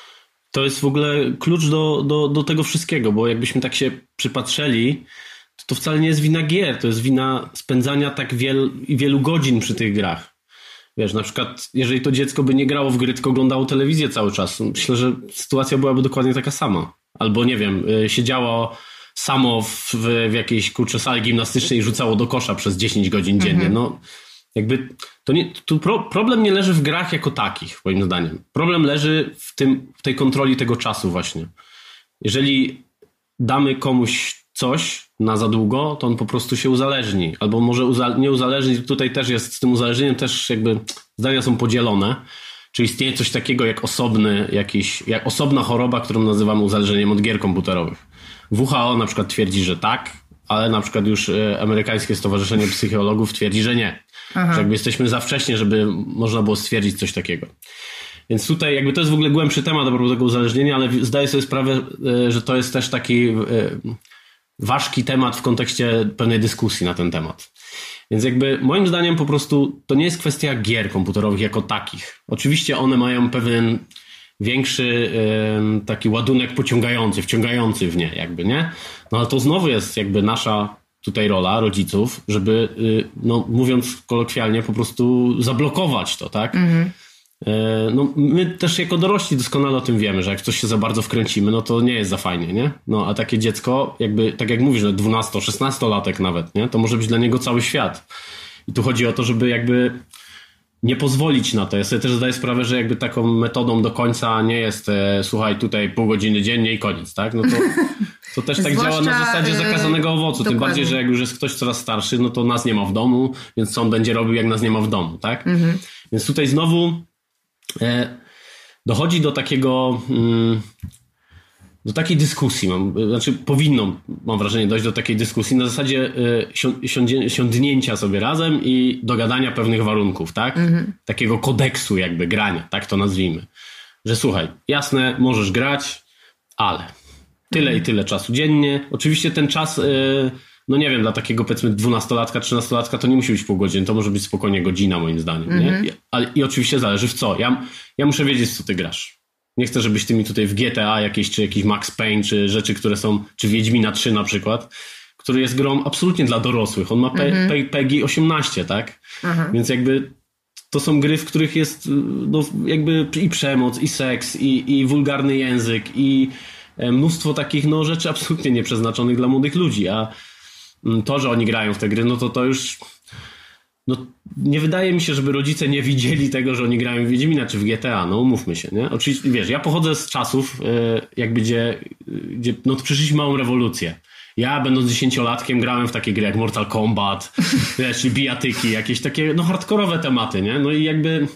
To jest w ogóle klucz do, do, do tego wszystkiego, bo jakbyśmy tak się przypatrzeli, to, to wcale nie jest wina gier, to jest wina spędzania tak wiel, wielu godzin przy tych grach. Wiesz, na przykład, jeżeli to dziecko by nie grało w gry, tylko oglądało telewizję cały czas, myślę, że sytuacja byłaby dokładnie taka sama. Albo, nie wiem, siedziało samo w, w jakiejś, kurczę, sali gimnastycznej i rzucało do kosza przez dziesięć godzin dziennie. Mhm. No, jakby, to nie, tu pro, problem nie leży w grach jako takich, moim zdaniem. Problem leży w tym, w tej kontroli tego czasu właśnie. Jeżeli damy komuś coś na za długo, to on po prostu się uzależni. Albo może uza- nie uzależni, tutaj też jest z tym uzależnieniem też jakby zdania są podzielone. Czy istnieje coś takiego jak osobny, jakiś, jak osobna choroba, którą nazywamy uzależnieniem od gier komputerowych. W H O na przykład twierdzi, że tak, ale na przykład już Amerykańskie Stowarzyszenie Psychologów twierdzi, że nie. Aha. Że jakby jesteśmy za wcześnie, żeby można było stwierdzić coś takiego. Więc tutaj jakby to jest w ogóle głębszy temat a propos tego uzależnienia, ale zdaję sobie sprawę, że to jest też taki ważki temat w kontekście pewnej dyskusji na ten temat. Więc jakby moim zdaniem po prostu to nie jest kwestia gier komputerowych jako takich. Oczywiście one mają pewien większy taki ładunek pociągający, wciągający w nie jakby, nie? No ale to znowu jest jakby nasza tutaj rola rodziców, żeby, no mówiąc kolokwialnie, po prostu zablokować to, tak? Mhm. No my też jako dorośli doskonale o tym wiemy, że jak coś się za bardzo wkręcimy, no to nie jest za fajnie, nie? No a takie dziecko, jakby, tak jak mówisz, że dwunasto szesnastolatek nawet, nie? To może być dla niego cały świat. I tu chodzi o to, żeby jakby nie pozwolić na to. Ja sobie też zdaję sprawę, że jakby taką metodą do końca nie jest e, słuchaj, tutaj pół godziny dziennie i koniec, tak? No to, to też tak działa na zasadzie zakazanego owocu. Dokładnie. Tym bardziej, że jak już jest ktoś coraz starszy, no to nas nie ma w domu, więc co on będzie robił, jak nas nie ma w domu, tak? Mhm. Więc tutaj znowu e, dochodzi do takiego... Mm, do takiej dyskusji, mam, znaczy powinno, mam wrażenie, dojść do takiej dyskusji na zasadzie y, siądzie, siądnięcia sobie razem i dogadania pewnych warunków, tak? Mm-hmm. Takiego kodeksu jakby grania, tak to nazwijmy. Że słuchaj, jasne, możesz grać, ale tyle mm-hmm. i tyle czasu dziennie. Oczywiście ten czas, y, no nie wiem, dla takiego powiedzmy dwunastolatka, trzynastolatka to nie musi być pół godziny, to może być spokojnie godzina moim zdaniem, mm-hmm. nie? I, ale, I oczywiście zależy w co. Ja, ja muszę wiedzieć, w co ty grasz. Nie chcę, żebyś ty mi tutaj w G T A jakieś, czy jakiś Max Payne, czy rzeczy, które są, czy Wiedźmina trzy na przykład, który jest grą absolutnie dla dorosłych. On ma pe, mhm. pe, PEGI osiemnaście, tak? Aha. Więc jakby to są gry, w których jest no, jakby i przemoc, i seks, i, i wulgarny język, i mnóstwo takich no, rzeczy absolutnie nieprzeznaczonych dla młodych ludzi. A to, że oni grają w te gry, no to to już... No, nie wydaje mi się, żeby rodzice nie widzieli tego, że oni grają w Wiedźmina czy w G T A, no umówmy się, nie? Oczywiście, wiesz, ja pochodzę z czasów, jakby gdzie, gdzie no przyszliśmy małą rewolucję. Ja, będąc dziesięciolatkiem, grałem w takie gry jak Mortal Kombat, wiesz, czy bijatyki, jakieś takie, no hardkorowe tematy, nie? No i jakby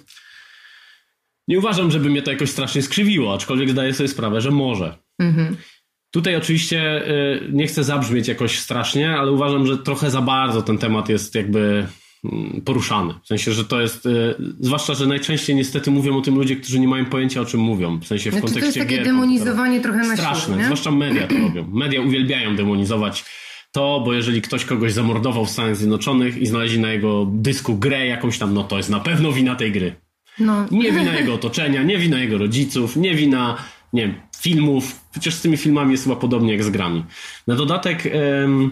nie uważam, żeby mnie to jakoś strasznie skrzywiło, aczkolwiek zdaję sobie sprawę, że może. Mhm. Tutaj oczywiście nie chcę zabrzmieć jakoś strasznie, ale uważam, że trochę za bardzo ten temat jest jakby... poruszany. W sensie, że to jest, yy, zwłaszcza, że najczęściej niestety mówią o tym ludzie, którzy nie mają pojęcia, o czym mówią. W sensie w no kontekście gier. To jest takie gier, demonizowanie trochę na straszne, siłę, nie? Zwłaszcza media to robią. Media uwielbiają demonizować to, bo jeżeli ktoś kogoś zamordował w Stanach Zjednoczonych i znaleźli na jego dysku grę jakąś tam, no to jest na pewno wina tej gry. No. Nie wina jego otoczenia, nie wina jego rodziców, nie wina, nie wiem, filmów. Przecież z tymi filmami jest chyba podobnie jak z grami. Na dodatek ym,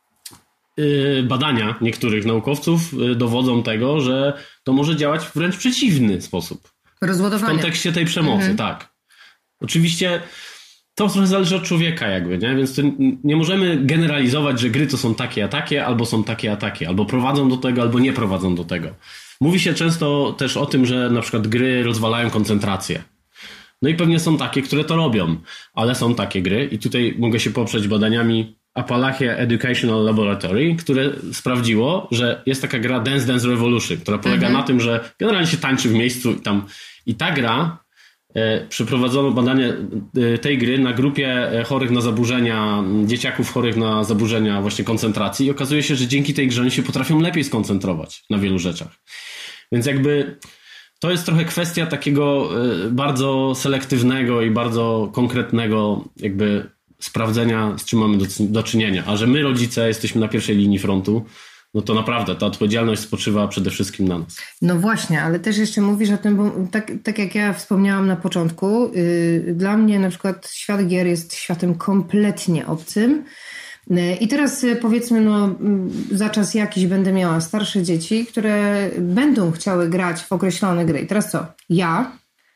yy, badania niektórych naukowców yy, dowodzą tego, że to może działać w wręcz przeciwny sposób. Rozładowanie. W kontekście tej przemocy, mhm. tak. Oczywiście to trochę zależy od człowieka jakby, nie? Więc to nie możemy generalizować, że gry to są takie a takie, albo są takie a takie, albo prowadzą do tego, albo nie prowadzą do tego. Mówi się często też o tym, że na przykład gry rozwalają koncentrację. No i pewnie są takie, które to robią, ale są takie gry i tutaj mogę się poprzeć badaniami Appalachia Educational Laboratory, które sprawdziło, że jest taka gra Dance Dance Revolution, która polega mhm. na tym, że generalnie się tańczy w miejscu i tam i ta gra e, przeprowadzono badanie e, tej gry na grupie chorych na zaburzenia, dzieciaków chorych na zaburzenia właśnie koncentracji i okazuje się, że dzięki tej grze oni się potrafią lepiej skoncentrować na wielu rzeczach. Więc jakby to jest trochę kwestia takiego e, bardzo selektywnego i bardzo konkretnego jakby sprawdzenia, z czym mamy do, do czynienia. A że my, rodzice, jesteśmy na pierwszej linii frontu, no to naprawdę ta odpowiedzialność spoczywa przede wszystkim na nas. No właśnie, ale też jeszcze mówisz o tym, bo tak, tak jak ja wspomniałam na początku, yy, dla mnie na przykład świat gier jest światem kompletnie obcym. Yy, I teraz yy, powiedzmy, no yy, za czas jakiś będę miała starsze dzieci, które będą chciały grać w określone gry. I teraz co? Ja...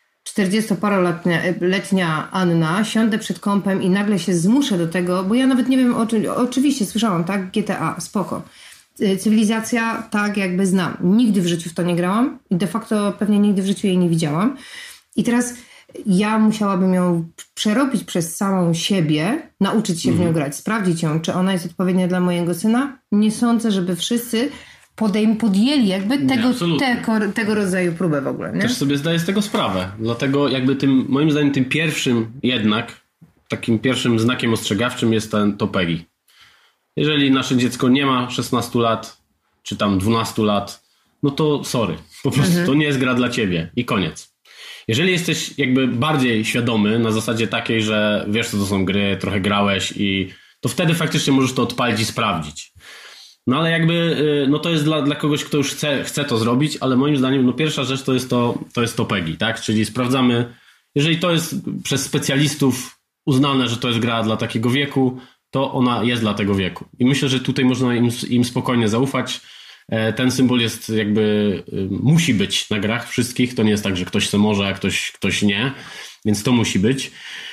czterdziestoparoletnia Anna, siądę przed kompem i nagle się zmuszę do tego, bo ja nawet nie wiem, o czym, oczywiście słyszałam, tak, G T A, spoko. Cywilizacja, tak, jakby znam. Nigdy w życiu w to nie grałam i de facto pewnie nigdy w życiu jej nie widziałam. I teraz ja musiałabym ją przerobić przez samą siebie, nauczyć się mhm. w nią grać, sprawdzić ją, czy ona jest odpowiednia dla mojego syna. Nie sądzę, żeby wszyscy podejm- podjęli jakby tego, nie, tego, tego rodzaju próbę w ogóle. Nie? Też sobie zdaję z tego sprawę. Dlatego jakby tym, moim zdaniem tym pierwszym jednak, takim pierwszym znakiem ostrzegawczym jest ten to PEGI. Jeżeli nasze dziecko nie ma szesnastu lat, czy tam dwunastu lat, no to sorry. Po prostu mhm. to nie jest gra dla ciebie. I koniec. Jeżeli jesteś jakby bardziej świadomy na zasadzie takiej, że wiesz co to są gry, trochę grałeś i to wtedy faktycznie możesz to odpalić i sprawdzić. No ale jakby, no to jest dla, dla kogoś, kto już chce, chce to zrobić, ale moim zdaniem, no pierwsza rzecz to jest to, to jest to PEGI, tak? Czyli sprawdzamy, jeżeli to jest przez specjalistów uznane, że to jest gra dla takiego wieku, to ona jest dla tego wieku. I myślę, że tutaj można im, im spokojnie zaufać. Ten symbol jest jakby, musi być na grach wszystkich. To nie jest tak, że ktoś se może, a ktoś, ktoś nie. Więc to musi być.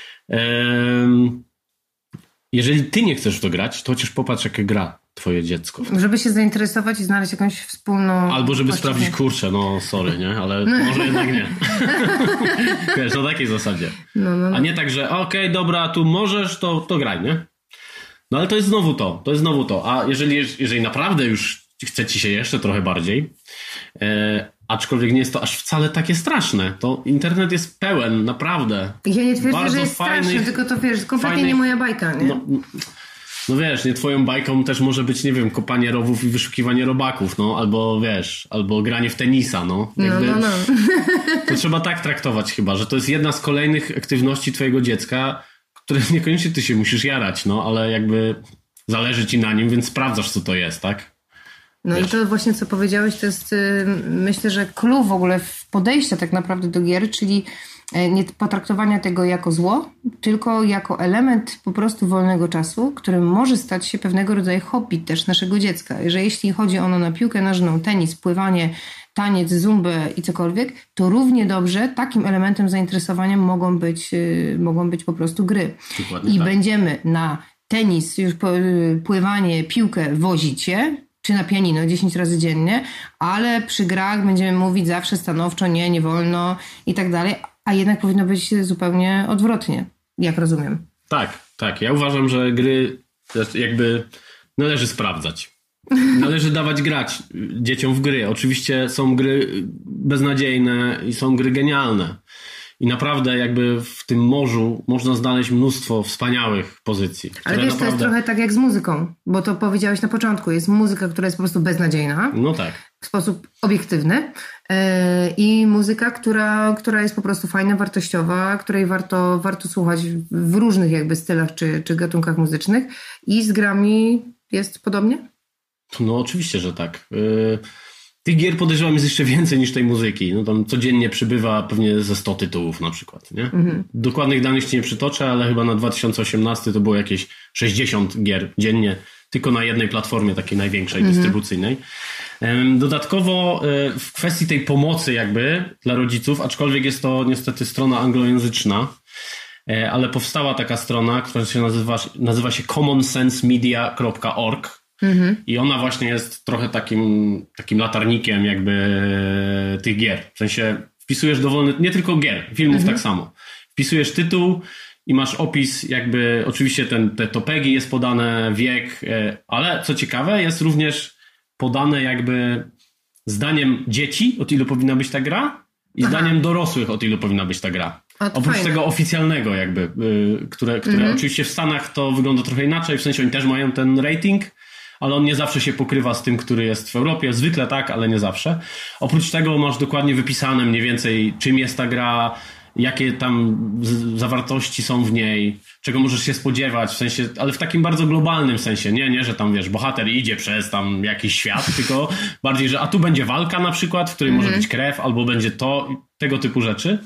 Jeżeli ty nie chcesz w to grać, to chociaż popatrz, jak gra twoje dziecko. Żeby się zainteresować i znaleźć jakąś wspólną... Albo żeby właściwie sprawdzić, kurczę, no sorry, nie? Ale może jednak nie. Wiesz, na takiej zasadzie. No, no, no. A nie tak, że okej, okay, dobra, tu możesz, to, to graj, nie? No ale to jest znowu to, to jest znowu to. A jeżeli, jeżeli naprawdę już chce ci się jeszcze trochę bardziej, e, aczkolwiek nie jest to aż wcale takie straszne, to internet jest pełen, naprawdę. Ja nie twierdzę, że jest fajnych, straszne, tylko to wiesz, kompletnie fajnych, nie moja bajka, nie? No, no wiesz, nie twoją bajką też może być, nie wiem, kopanie rowów i wyszukiwanie robaków, no, albo wiesz, albo granie w tenisa, no. Jakby, no, no, no. To trzeba tak traktować chyba, że to jest jedna z kolejnych aktywności twojego dziecka, które niekoniecznie ty się musisz jarać, no, ale jakby zależy ci na nim, więc sprawdzasz, co to jest, tak? No wiesz. I to właśnie, co powiedziałeś, to jest myślę, że clue w ogóle w podejścia tak naprawdę do gier, czyli nie potraktowania tego jako zło, tylko jako element po prostu wolnego czasu, którym może stać się pewnego rodzaju hobby też naszego dziecka. Że jeśli chodzi ono na piłkę nożną, tenis, pływanie, taniec, zumbę i cokolwiek, to równie dobrze takim elementem zainteresowania mogą być, mogą być po prostu gry. Dokładnie I tak. Będziemy na tenis, już pływanie, piłkę wozić się, czy na pianino dziesięć razy dziennie, ale przy grach będziemy mówić zawsze stanowczo nie, nie wolno i tak dalej, a jednak powinno być zupełnie odwrotnie, jak rozumiem. Tak, tak. Ja uważam, że gry jakby należy sprawdzać. Należy dawać grać dzieciom w gry. Oczywiście są gry beznadziejne i są gry genialne. I naprawdę jakby w tym morzu można znaleźć mnóstwo wspaniałych pozycji. Ale wiesz, naprawdę... to jest trochę tak jak z muzyką, bo to powiedziałeś na początku. Jest muzyka, która jest po prostu beznadziejna. No tak. W sposób obiektywny. Yy, I muzyka, która, która jest po prostu fajna, wartościowa, której warto, warto słuchać w różnych jakby stylach czy, czy gatunkach muzycznych. I z grami jest podobnie? No oczywiście, że tak. Yy... Tych gier podejrzewam jest jeszcze więcej niż tej muzyki. No tam codziennie przybywa pewnie ze sto tytułów na przykład, nie? Mhm. Dokładnych danych ci nie przytoczę, ale chyba na dwa tysiące osiemnasty to było jakieś sześćdziesiąt gier dziennie, tylko na jednej platformie takiej największej, mhm. dystrybucyjnej. Dodatkowo w kwestii tej pomocy jakby dla rodziców, aczkolwiek jest to niestety strona anglojęzyczna, ale powstała taka strona, która się nazywa, nazywa się common sense media kropka org. Mhm. I ona właśnie jest trochę takim, takim latarnikiem jakby tych gier. W sensie wpisujesz dowolny, nie tylko gier, filmów mhm. tak samo. Wpisujesz tytuł i masz opis jakby, oczywiście ten, te topegi jest podane, wiek, ale co ciekawe jest również podane jakby zdaniem dzieci, od ilu powinna być ta gra i Aha. zdaniem dorosłych, od ilu powinna być ta gra. Oprócz fajne. tego oficjalnego jakby, yy, które, które mhm. oczywiście w Stanach to wygląda trochę inaczej, w sensie oni też mają ten rating, ale on nie zawsze się pokrywa z tym, który jest w Europie. Zwykle tak, ale nie zawsze. Oprócz tego masz dokładnie wypisane mniej więcej, czym jest ta gra, jakie tam z- zawartości są w niej, czego możesz się spodziewać, w sensie, ale w takim bardzo globalnym sensie. Nie, nie, że tam wiesz, bohater idzie przez tam jakiś świat, tylko bardziej, że a tu będzie walka na przykład, w której mm-hmm. może być krew, albo będzie to, tego typu rzeczy.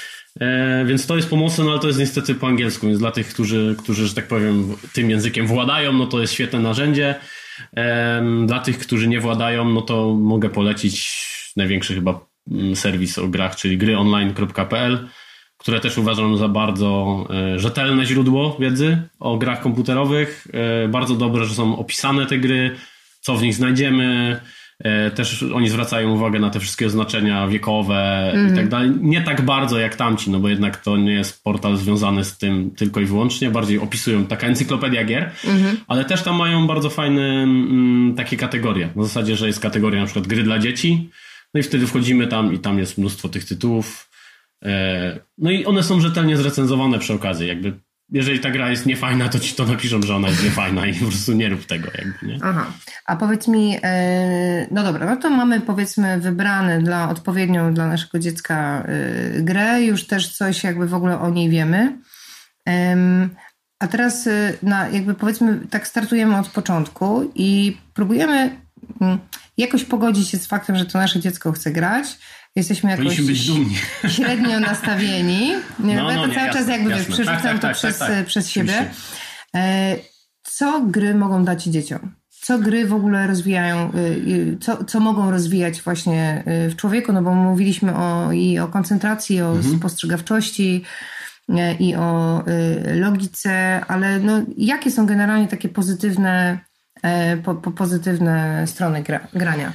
E, więc to jest pomocne, no ale to jest niestety po angielsku, więc dla tych, którzy, którzy, że tak powiem, tym językiem władają, no to jest świetne narzędzie. E, dla tych, którzy nie władają, no to mogę polecić największy chyba serwis o grach, czyli gry online kropka p l, które też uważam za bardzo e, rzetelne źródło wiedzy o grach komputerowych. E, bardzo dobre, że są opisane te gry, co w nich znajdziemy. Też oni zwracają uwagę na te wszystkie oznaczenia wiekowe mm. i tak dalej. Nie tak bardzo jak tamci, no bo jednak to nie jest portal związany z tym tylko i wyłącznie. Bardziej opisują, taka encyklopedia gier, mm-hmm. ale też tam mają bardzo fajne m, takie kategorie. W zasadzie, że jest kategoria na przykład gry dla dzieci, no i wtedy wchodzimy tam i tam jest mnóstwo tych tytułów. No i one są rzetelnie zrecenzowane przy okazji, jakby jeżeli ta gra jest niefajna, to ci to napiszą, że ona jest niefajna i po prostu nie rób tego. Jakby, nie? Aha. A powiedz mi, no dobra, no to mamy powiedzmy wybrane dla odpowiednią dla naszego dziecka grę, już też coś jakby w ogóle o niej wiemy. A teraz na, jakby powiedzmy tak startujemy od początku i próbujemy jakoś pogodzić się z faktem, że to nasze dziecko chce grać. Jesteśmy jakoś być dumni. średnio nastawieni. No, ja to no, nie, cały jasne, czas jakby wiesz, jasne. przerzucam tak, tak, to tak, przez, tak, tak, przez siebie. Co gry mogą dać dzieciom? Co gry w ogóle rozwijają, co, co mogą rozwijać właśnie w człowieku? No bo mówiliśmy o, i o koncentracji, o mhm. spostrzegawczości i o logice, ale no, jakie są generalnie takie pozytywne, po, po pozytywne strony gra, grania?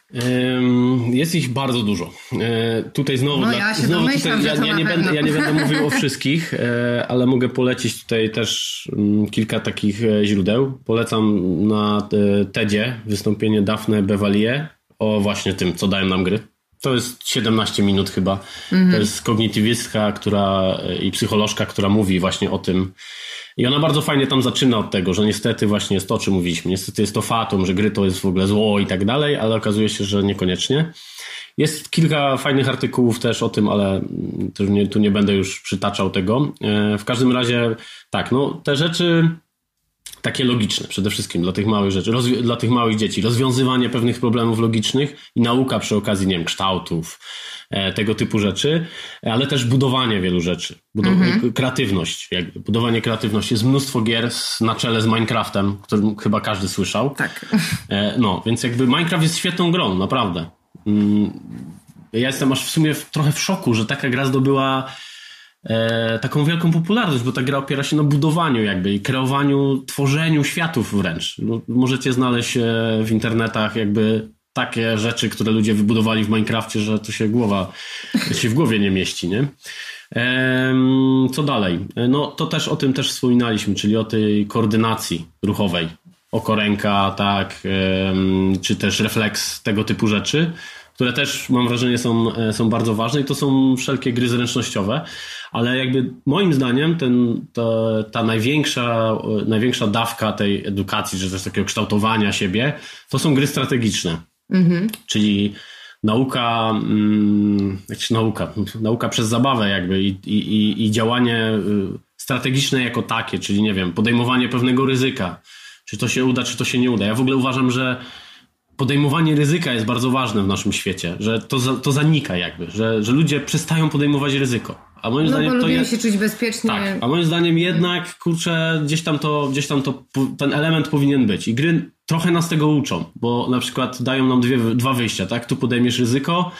Jest ich bardzo dużo. Tutaj znowu, no, dla, ja, się znowu domyślam, tutaj, ja, ja, nie będę, ja nie będę mówił o wszystkich, ale mogę polecić tutaj też kilka takich źródeł. Polecam na TEDzie wystąpienie Daphne Bevalier o właśnie tym, co dają nam gry. To jest siedemnaście minut chyba. Mhm. To jest kognitywistka, która i psycholożka, która mówi właśnie o tym. I ona bardzo fajnie tam zaczyna od tego, że niestety właśnie jest to, o czym mówiliśmy. Niestety jest to fatum, że gry to jest w ogóle zło i tak dalej, ale okazuje się, że niekoniecznie. Jest kilka fajnych artykułów też o tym, ale nie, tu nie będę już przytaczał tego. W każdym razie tak, no te rzeczy takie logiczne przede wszystkim dla tych małych rzeczy, rozwi- dla tych małych dzieci. Rozwiązywanie pewnych problemów logicznych i nauka przy okazji, nie wiem, kształtów, e, tego typu rzeczy, ale też budowanie wielu rzeczy. Budow- mm-hmm. Kreatywność. Jakby. Budowanie kreatywności. Jest mnóstwo gier z, na czele z Minecraftem, którym chyba każdy słyszał. Tak. E, no, więc jakby Minecraft jest świetną grą, naprawdę. Mm, ja jestem aż w sumie w, trochę w szoku, że taka gra zdobyła E, taką wielką popularność, bo ta gra opiera się na budowaniu jakby i kreowaniu, tworzeniu światów wręcz. No, możecie znaleźć e, w internetach jakby takie rzeczy, które ludzie wybudowali w Minecrafcie, że to się głowa się w głowie nie mieści, nie? E, co dalej? E, no to też o tym też wspominaliśmy, czyli o tej koordynacji ruchowej. Oko, ręka, tak, e, czy też refleks, tego typu rzeczy, które też mam wrażenie są, są bardzo ważne i to są wszelkie gry zręcznościowe, ale jakby moim zdaniem ten, to, ta największa, największa dawka tej edukacji, że też takiego kształtowania siebie, to są gry strategiczne, mhm. czyli nauka, jak nauka, nauka przez zabawę jakby i, i, i działanie strategiczne jako takie, czyli nie wiem, podejmowanie pewnego ryzyka, czy to się uda, czy to się nie uda. Ja w ogóle uważam, że podejmowanie ryzyka jest bardzo ważne w naszym świecie, że to, za, to zanika jakby, że, że ludzie przestają podejmować ryzyko. A moim no zdaniem bo to lubimy jest... się czuć bezpiecznie. Tak, a moim zdaniem jednak, kurczę, gdzieś tam to, gdzieś tam to, ten element powinien być. I gry trochę nas tego uczą, bo na przykład dają nam dwie, dwa wyjścia, tak? Tu podejmiesz ryzyko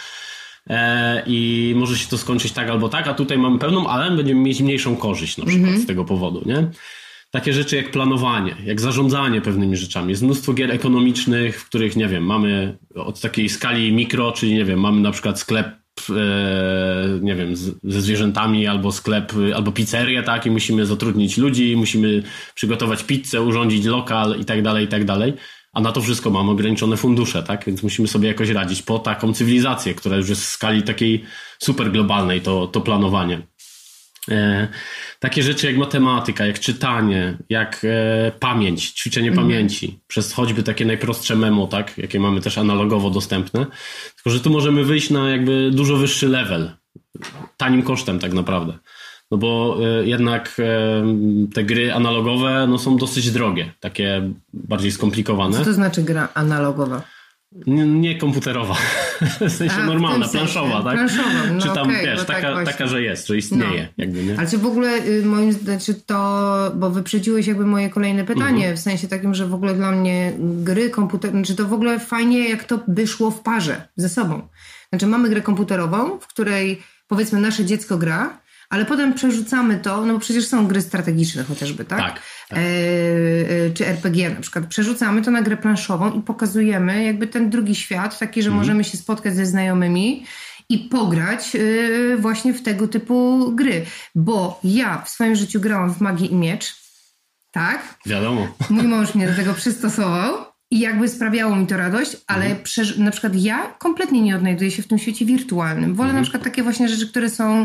e, i może się to skończyć tak albo tak, a tutaj mamy pełną, ale będziemy mieć mniejszą korzyść na przykład mm-hmm. z tego powodu, nie? Takie rzeczy jak planowanie, jak zarządzanie pewnymi rzeczami. Jest mnóstwo gier ekonomicznych, w których, nie wiem, mamy od takiej skali mikro, czyli, nie wiem, mamy na przykład sklep nie wiem, ze zwierzętami albo sklep, albo pizzerię, tak, i musimy zatrudnić ludzi, musimy przygotować pizzę, urządzić lokal i tak dalej, i tak dalej, a na to wszystko mamy ograniczone fundusze, tak, więc musimy sobie jakoś radzić po taką cywilizację, która już jest w skali takiej super globalnej, to, to planowanie. E, takie rzeczy jak matematyka, jak czytanie, jak e, pamięć, ćwiczenie mm. pamięci, przez choćby takie najprostsze memo, tak, jakie mamy też analogowo dostępne, tylko że tu możemy wyjść na jakby dużo wyższy level, tanim kosztem tak naprawdę, no bo e, jednak e, te gry analogowe no, są dosyć drogie, takie bardziej skomplikowane. Co to znaczy gra analogowa? Nie, nie komputerowa, w sensie A, normalna, w planszowa, sensie. tak? Planszowa, no czy tam, okay, wiesz, taka, tak taka, że jest, że istnieje. No. Jakby, nie? Ale czy w ogóle, moim zdaniem, czy to, bo wyprzedziłeś jakby moje kolejne pytanie, mhm. w sensie takim, że w ogóle dla mnie gry komputerowe, czy to w ogóle fajnie, jak to by szło w parze ze sobą. Znaczy mamy grę komputerową, w której powiedzmy nasze dziecko gra, ale potem przerzucamy to, no bo przecież są gry strategiczne chociażby, tak? Tak. tak. E, e, czy er pe gie na przykład. Przerzucamy to na grę planszową i pokazujemy jakby ten drugi świat, taki, że mhm. możemy się spotkać ze znajomymi i pograć e, właśnie w tego typu gry. Bo ja w swoim życiu grałam w Magię i Miecz, tak? Wiadomo. Mój mąż mnie do tego przystosował. I jakby sprawiało mi to radość, ale mhm. przeż- na przykład ja kompletnie nie odnajduję się w tym świecie wirtualnym. Wolę mhm. na przykład takie właśnie rzeczy, które są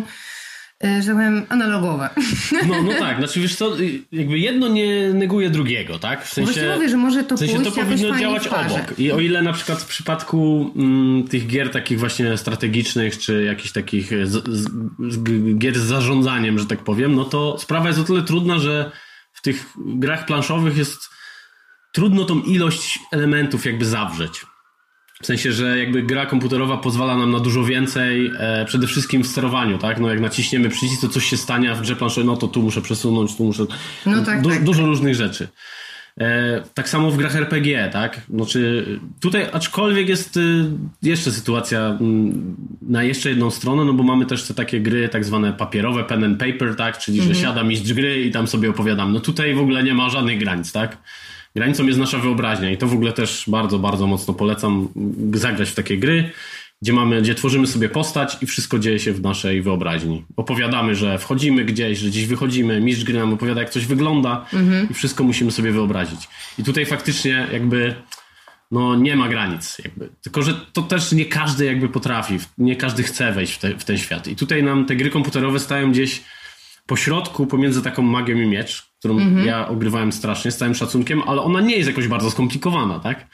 że tak powiem, analogowe. No, no tak, znaczy wiesz co, jakby jedno nie neguje drugiego, tak? W sensie, Właśnie mówię, że może to w sensie pójść to powinno działać obok. I o ile na przykład w przypadku mm, tych gier takich właśnie strategicznych, czy jakichś takich z, z, z, gier z zarządzaniem, że tak powiem, no to sprawa jest o tyle trudna, że w tych grach planszowych jest trudno tą ilość elementów jakby zawrzeć. W sensie, że jakby gra komputerowa pozwala nam na dużo więcej, e, przede wszystkim w sterowaniu, tak? No jak naciśniemy przycisk, to coś się stanie, a w grze planszowej, no to tu muszę przesunąć, tu muszę... No tak, du- tak, dużo tak. różnych rzeczy. E, tak samo w grach er pe gie, tak? Znaczy tutaj aczkolwiek jest y, jeszcze sytuacja y, na jeszcze jedną stronę, no bo mamy też te takie gry tak zwane papierowe, pen and paper, tak? Czyli, mhm. że siada mistrz gry i tam sobie opowiadam. No tutaj w ogóle nie ma żadnych granic, tak? Granicą jest nasza wyobraźnia i to w ogóle też bardzo, bardzo mocno polecam zagrać w takie gry, gdzie mamy, gdzie tworzymy sobie postać i wszystko dzieje się w naszej wyobraźni. Opowiadamy, że wchodzimy gdzieś, że gdzieś wychodzimy, mistrz gry nam opowiada, jak coś wygląda mhm. i wszystko musimy sobie wyobrazić. I tutaj faktycznie jakby no nie ma granic jakby. Tylko, że to też nie każdy jakby potrafi, nie każdy chce wejść w, te, w ten świat. I tutaj nam te gry komputerowe stają gdzieś po środku pomiędzy taką Magią i Miecz, którą mhm. ja ogrywałem strasznie, z całym szacunkiem, ale ona nie jest jakoś bardzo skomplikowana, tak?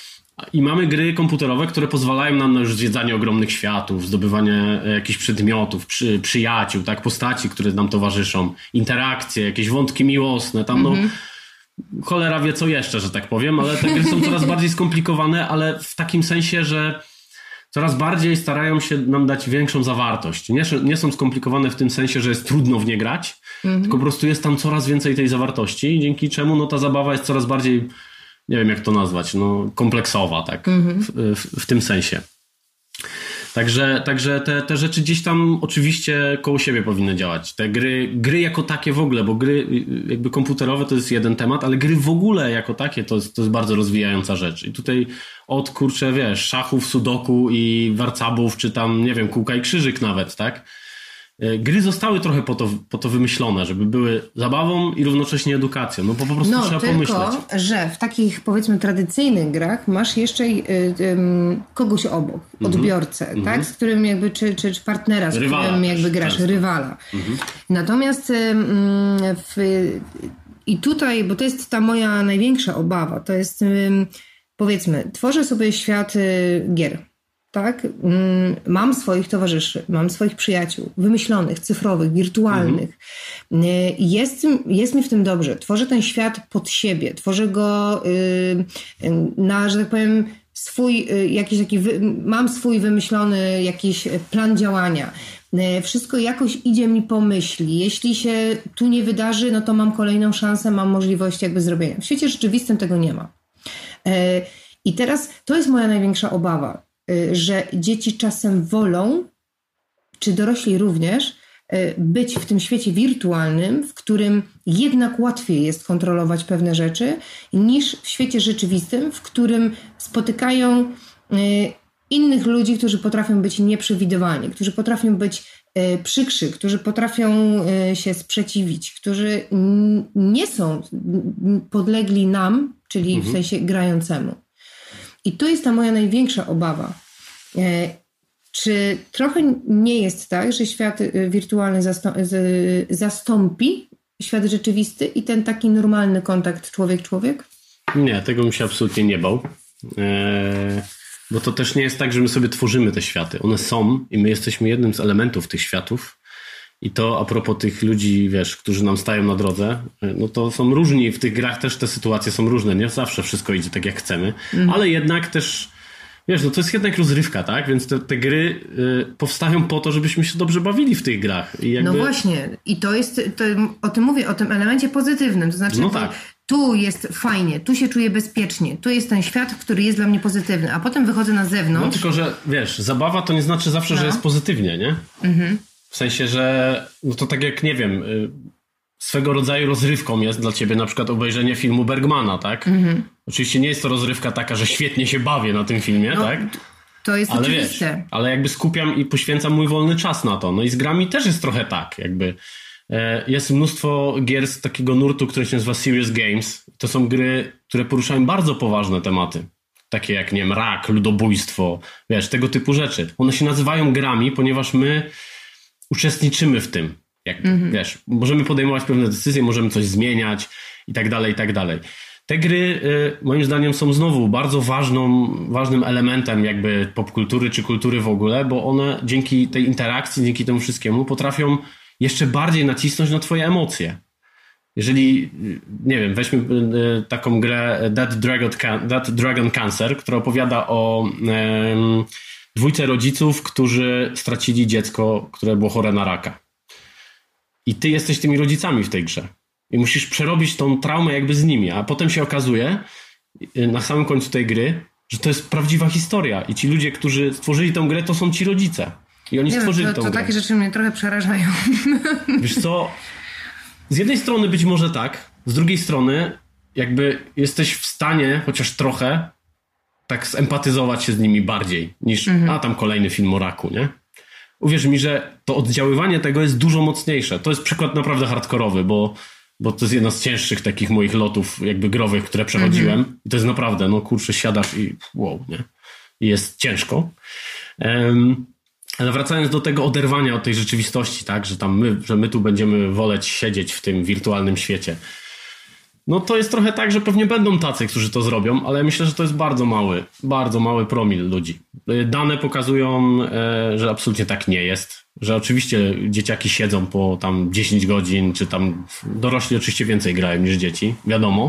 I mamy gry komputerowe, które pozwalają nam na już zwiedzanie ogromnych światów, zdobywanie jakichś przedmiotów, przy, przyjaciół, tak? Postaci, które nam towarzyszą, interakcje, jakieś wątki miłosne, tam mhm. no cholera wie co jeszcze, że tak powiem, ale te gry są coraz bardziej skomplikowane, ale w takim sensie, że coraz bardziej starają się nam dać większą zawartość. Nie, nie są skomplikowane w tym sensie, że jest trudno w nie grać, mm-hmm. tylko po prostu jest tam coraz więcej tej zawartości, dzięki czemu no, ta zabawa jest coraz bardziej, nie wiem jak to nazwać, no, kompleksowa, tak, mm-hmm. w, w, w tym sensie. Także, także te, te rzeczy gdzieś tam oczywiście koło siebie powinny działać. Te gry, gry jako takie w ogóle, bo gry jakby komputerowe to jest jeden temat, ale gry w ogóle jako takie to jest, to jest bardzo rozwijająca rzecz. I tutaj od kurczę, wiesz, szachów, sudoku i warcabów, czy tam, nie wiem, kółka i krzyżyk nawet, tak? Gry zostały trochę po to, po to wymyślone, żeby były zabawą i równocześnie edukacją. No bo po prostu no, trzeba tylko, pomyśleć. że w takich powiedzmy tradycyjnych grach masz jeszcze y, y, kogoś obok, odbiorcę, mm-hmm. tak? Z którym jakby, czy, czy, czy partnera, z rywala którym jakby grasz, często. rywala. Mm-hmm. Natomiast y, w, i tutaj, bo to jest ta moja największa obawa, to jest y, powiedzmy, tworzę sobie świat y, gier. Tak? Mam swoich towarzyszy, mam swoich przyjaciół, wymyślonych, cyfrowych, wirtualnych. Mhm. Jest, jest mi w tym dobrze. Tworzę ten świat pod siebie. Tworzę go na, że tak powiem, swój jakiś taki, mam swój wymyślony jakiś plan działania. Wszystko jakoś idzie mi po myśli. Jeśli się tu nie wydarzy, no to mam kolejną szansę, mam możliwość jakby zrobienia. W świecie rzeczywistym tego nie ma. I teraz to jest moja największa obawa, że dzieci czasem wolą, czy dorośli również, być w tym świecie wirtualnym, w którym jednak łatwiej jest kontrolować pewne rzeczy, niż w świecie rzeczywistym, w którym spotykają innych ludzi, którzy potrafią być nieprzewidywalni, którzy potrafią być przykrzy, którzy potrafią się sprzeciwić, którzy nie są podlegli nam, czyli mhm. w sensie grającemu. I to jest ta moja największa obawa. Czy trochę nie jest tak, że świat wirtualny zastąpi świat rzeczywisty i ten taki normalny kontakt człowiek-człowiek? Nie, tego bym się absolutnie nie bał. Eee, bo to też nie jest tak, że my sobie tworzymy te światy. One są i my jesteśmy jednym z elementów tych światów. I to a propos tych ludzi, wiesz, którzy nam stają na drodze, no to są różni, w tych grach też te sytuacje są różne, nie zawsze wszystko idzie tak jak chcemy, mm. ale jednak też, wiesz, no to jest jednak rozrywka, tak? Więc te, te gry y, powstają po to, żebyśmy się dobrze bawili w tych grach. I jakby... No właśnie, i to jest, to, o tym mówię, o tym elemencie pozytywnym, to znaczy... No tak. Tu jest fajnie, tu się czuję bezpiecznie, tu jest ten świat, który jest dla mnie pozytywny, a potem wychodzę na zewnątrz. No tylko, że wiesz, zabawa to nie znaczy zawsze, no. że jest pozytywnie, nie? Mhm. W sensie, że no to tak jak, nie wiem, swego rodzaju rozrywką jest dla ciebie na przykład obejrzenie filmu Bergmana, tak? Mhm. Oczywiście nie jest to rozrywka taka, że świetnie się bawię na tym filmie, no, tak? To jest ale oczywiste. Wiesz, ale jakby skupiam i poświęcam mój wolny czas na to. No i z grami też jest trochę tak, jakby. Jest mnóstwo gier z takiego nurtu, który się nazywa Serious Games. To są gry, które poruszają bardzo poważne tematy. Takie jak, nie wiem, rak, ludobójstwo, wiesz, tego typu rzeczy. One się nazywają grami, ponieważ my uczestniczymy w tym. Jak, mm-hmm. wiesz, możemy podejmować pewne decyzje, możemy coś zmieniać i tak dalej, i tak dalej. Te gry y, moim zdaniem są znowu bardzo ważną, ważnym elementem jakby popkultury czy kultury w ogóle, bo one dzięki tej interakcji, dzięki temu wszystkiemu potrafią jeszcze bardziej nacisnąć na twoje emocje. Jeżeli, nie wiem, weźmy y, taką grę Dead Dragon, Dead Dragon Cancer, która opowiada o y, dwójce rodziców, którzy stracili dziecko, które było chore na raka. I ty jesteś tymi rodzicami w tej grze. I musisz przerobić tą traumę jakby z nimi. A potem się okazuje, na samym końcu tej gry, że to jest prawdziwa historia. I ci ludzie, którzy stworzyli tę grę, to są ci rodzice. I oni nie stworzyli wiem, to, tę to grę. Takie rzeczy mnie trochę przerażają. Wiesz co? Z jednej strony być może tak. Z drugiej strony jakby jesteś w stanie, chociaż trochę, tak zempatyzować się z nimi bardziej niż mhm. a tam kolejny film o raku, nie? Uwierz mi, że to oddziaływanie tego jest dużo mocniejsze. To jest przykład naprawdę hardkorowy, bo, bo to jest jedna z cięższych takich moich lotów jakby growych, które przechodziłem. Mhm. I to jest naprawdę, no kurczę, siadasz i wow, nie? I jest ciężko. Um, ale wracając do tego oderwania od tej rzeczywistości, tak? Że tam my, że my tu będziemy woleć siedzieć w tym wirtualnym świecie. No to jest trochę tak, że pewnie będą tacy, którzy to zrobią, ale myślę, że to jest bardzo mały, bardzo mały promil ludzi. Dane pokazują, że absolutnie tak nie jest, że oczywiście dzieciaki siedzą po tam dziesięć godzin, czy tam dorośli oczywiście więcej grają niż dzieci, wiadomo,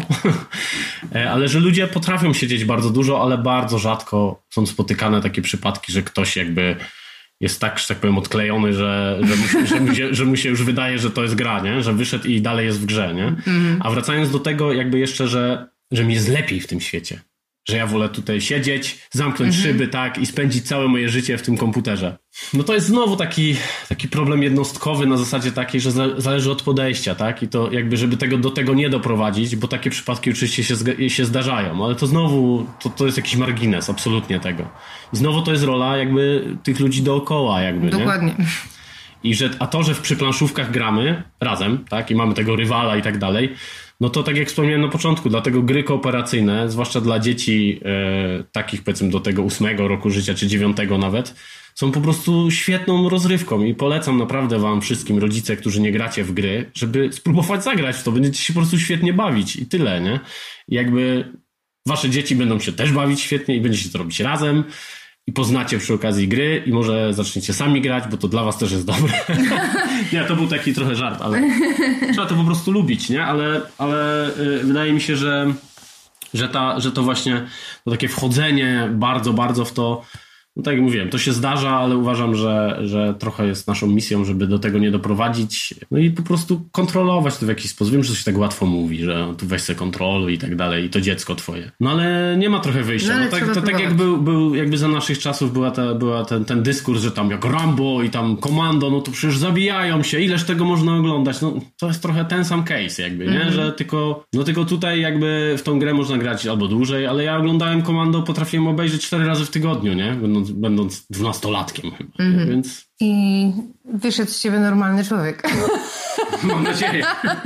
ale że ludzie potrafią siedzieć bardzo dużo, ale bardzo rzadko są spotykane takie przypadki, że ktoś jakby jest tak, że tak powiem, odklejony, że, że, mu, się, że, mu się, że mu się już wydaje, że to jest gra, nie? Że wyszedł i dalej jest w grze, nie? Mm. A wracając do tego jakby jeszcze, że, że mi jest lepiej w tym świecie. Że ja wolę tutaj siedzieć, zamknąć mm-hmm. szyby, tak, i spędzić całe moje życie w tym komputerze. No to jest znowu taki, taki problem jednostkowy na zasadzie takiej, że za, zależy od podejścia, tak? I to jakby, żeby tego do tego nie doprowadzić, bo takie przypadki oczywiście się, się zdarzają, ale to znowu, to, to jest jakiś margines absolutnie tego. I znowu to jest rola jakby tych ludzi dookoła jakby, dokładnie. Nie? I że, a to, że w przyplanszówkach gramy razem, tak, i mamy tego rywala i tak dalej, no to tak jak wspomniałem na początku, dlatego gry kooperacyjne, zwłaszcza dla dzieci e, takich powiedzmy do tego ósmego roku życia, czy dziewiątego nawet, są po prostu świetną rozrywką i polecam naprawdę wam wszystkim, rodzice, którzy nie gracie w gry, żeby spróbować zagrać w to, będziecie się po prostu świetnie bawić i tyle, nie? I jakby wasze dzieci będą się też bawić świetnie i będziecie to robić razem. I poznacie przy okazji gry i może zaczniecie sami grać, bo to dla was też jest dobre. Nie, to był taki trochę żart, ale trzeba to po prostu lubić, nie? Ale, ale yy, wydaje mi się, że że, ta, że to właśnie to takie wchodzenie bardzo, bardzo w to, no tak jak mówiłem, to się zdarza, ale uważam, że, że trochę jest naszą misją, żeby do tego nie doprowadzić. No i po prostu kontrolować to w jakiś sposób. Wiem, że to się tak łatwo mówi, że tu weź se kontroluj i tak dalej, i to dziecko twoje. No ale nie ma trochę wyjścia. No, no, tak, to tak jak był, był, jakby za naszych czasów była, ta, była ten, ten dyskurs, że tam jak Rambo i tam Komando, no to przecież zabijają się, ileż tego można oglądać. No to jest trochę ten sam case jakby, nie? Mm-hmm. Że tylko, no tylko tutaj jakby w tą grę można grać albo dłużej, ale ja oglądałem Komando, potrafiłem obejrzeć cztery razy w tygodniu, nie? Będąc, będąc dwunastolatkiem chyba, mm-hmm. więc... I wyszedł z ciebie normalny człowiek. Mam nadzieję.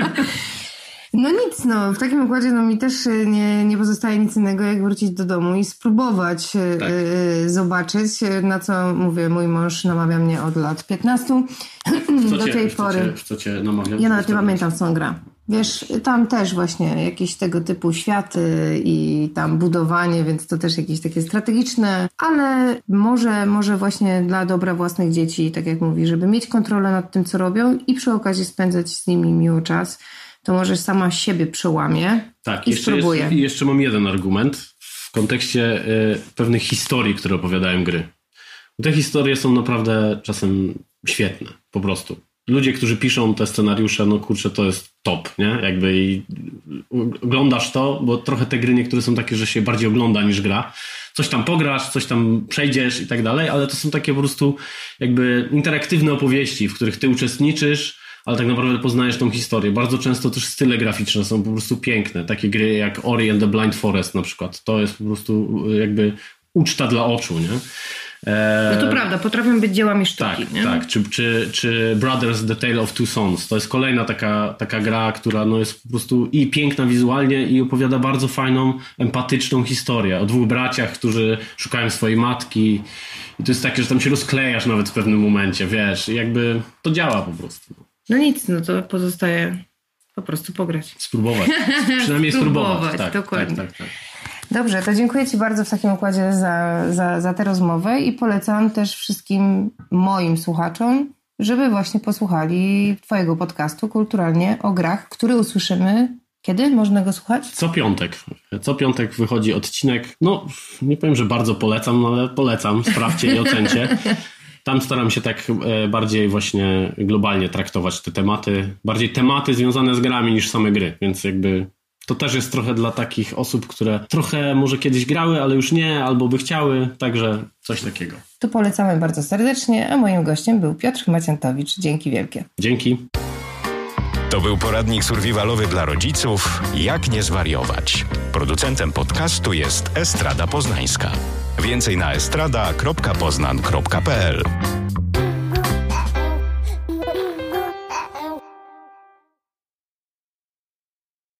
No nic, no w takim układzie no mi też nie, nie pozostaje nic innego jak wrócić do domu i spróbować tak. y, zobaczyć, na co mówię, mój mąż namawia mnie od lat piętnastu do cię, tej w pory. Co cię, w co cię namawia? Ja nawet nie pamiętam, co on gra. Wiesz, tam też właśnie jakieś tego typu światy i tam budowanie, więc to też jakieś takie strategiczne, ale może, może właśnie dla dobra własnych dzieci, tak jak mówi, żeby mieć kontrolę nad tym, co robią i przy okazji spędzać z nimi miło czas, to może sama siebie przełamie tak, i jeszcze spróbuję. Jest, jeszcze mam jeden argument w kontekście y, pewnych historii, które opowiadają gry. Te historie są naprawdę czasem świetne, po prostu. Ludzie, którzy piszą te scenariusze, no kurczę, to jest top, nie? Jakby i oglądasz to, bo trochę te gry niektóre są takie, że się bardziej ogląda niż gra. Coś tam pograsz, coś tam przejdziesz i tak dalej, ale to są takie po prostu jakby interaktywne opowieści, w których ty uczestniczysz, ale tak naprawdę poznajesz tą historię. Bardzo często też style graficzne są po prostu piękne. Takie gry jak Ori and the Blind Forest na przykład. To jest po prostu jakby uczta dla oczu, nie? No to prawda, potrafią być dziełami sztuki. Tak, nie? tak. Czy, czy, czy Brothers The Tale of Two Sons. To jest kolejna taka, taka gra, która no jest po prostu i piękna wizualnie i opowiada bardzo fajną, empatyczną historię o dwóch braciach, którzy szukają swojej matki. I to jest takie, że tam się rozklejasz nawet w pewnym momencie, wiesz. I jakby to działa po prostu. No nic, no to pozostaje po prostu pograć. Spróbować. Przynajmniej spróbować. spróbować tak, dokładnie. Tak, tak, tak. Dobrze, to dziękuję Ci bardzo w takim układzie za, za, za tę rozmowę i polecam też wszystkim moim słuchaczom, żeby właśnie posłuchali Twojego podcastu Kulturalnie o grach, który usłyszymy. Kiedy można go słuchać? Co piątek. Co piątek wychodzi odcinek. No, nie powiem, że bardzo polecam, no ale polecam. Sprawdźcie i ocencie. Tam staram się tak bardziej właśnie globalnie traktować te tematy. Bardziej tematy związane z grami niż same gry, więc jakby to też jest trochę dla takich osób, które trochę może kiedyś grały, ale już nie, albo by chciały, także coś takiego. To polecamy bardzo serdecznie, a moim gościem był Piotr Maciantowicz. Dzięki wielkie. Dzięki. To był poradnik survivalowy dla rodziców Jak nie zwariować. Producentem podcastu jest Estrada Poznańska. Więcej na estrada kropka poznan kropka p l.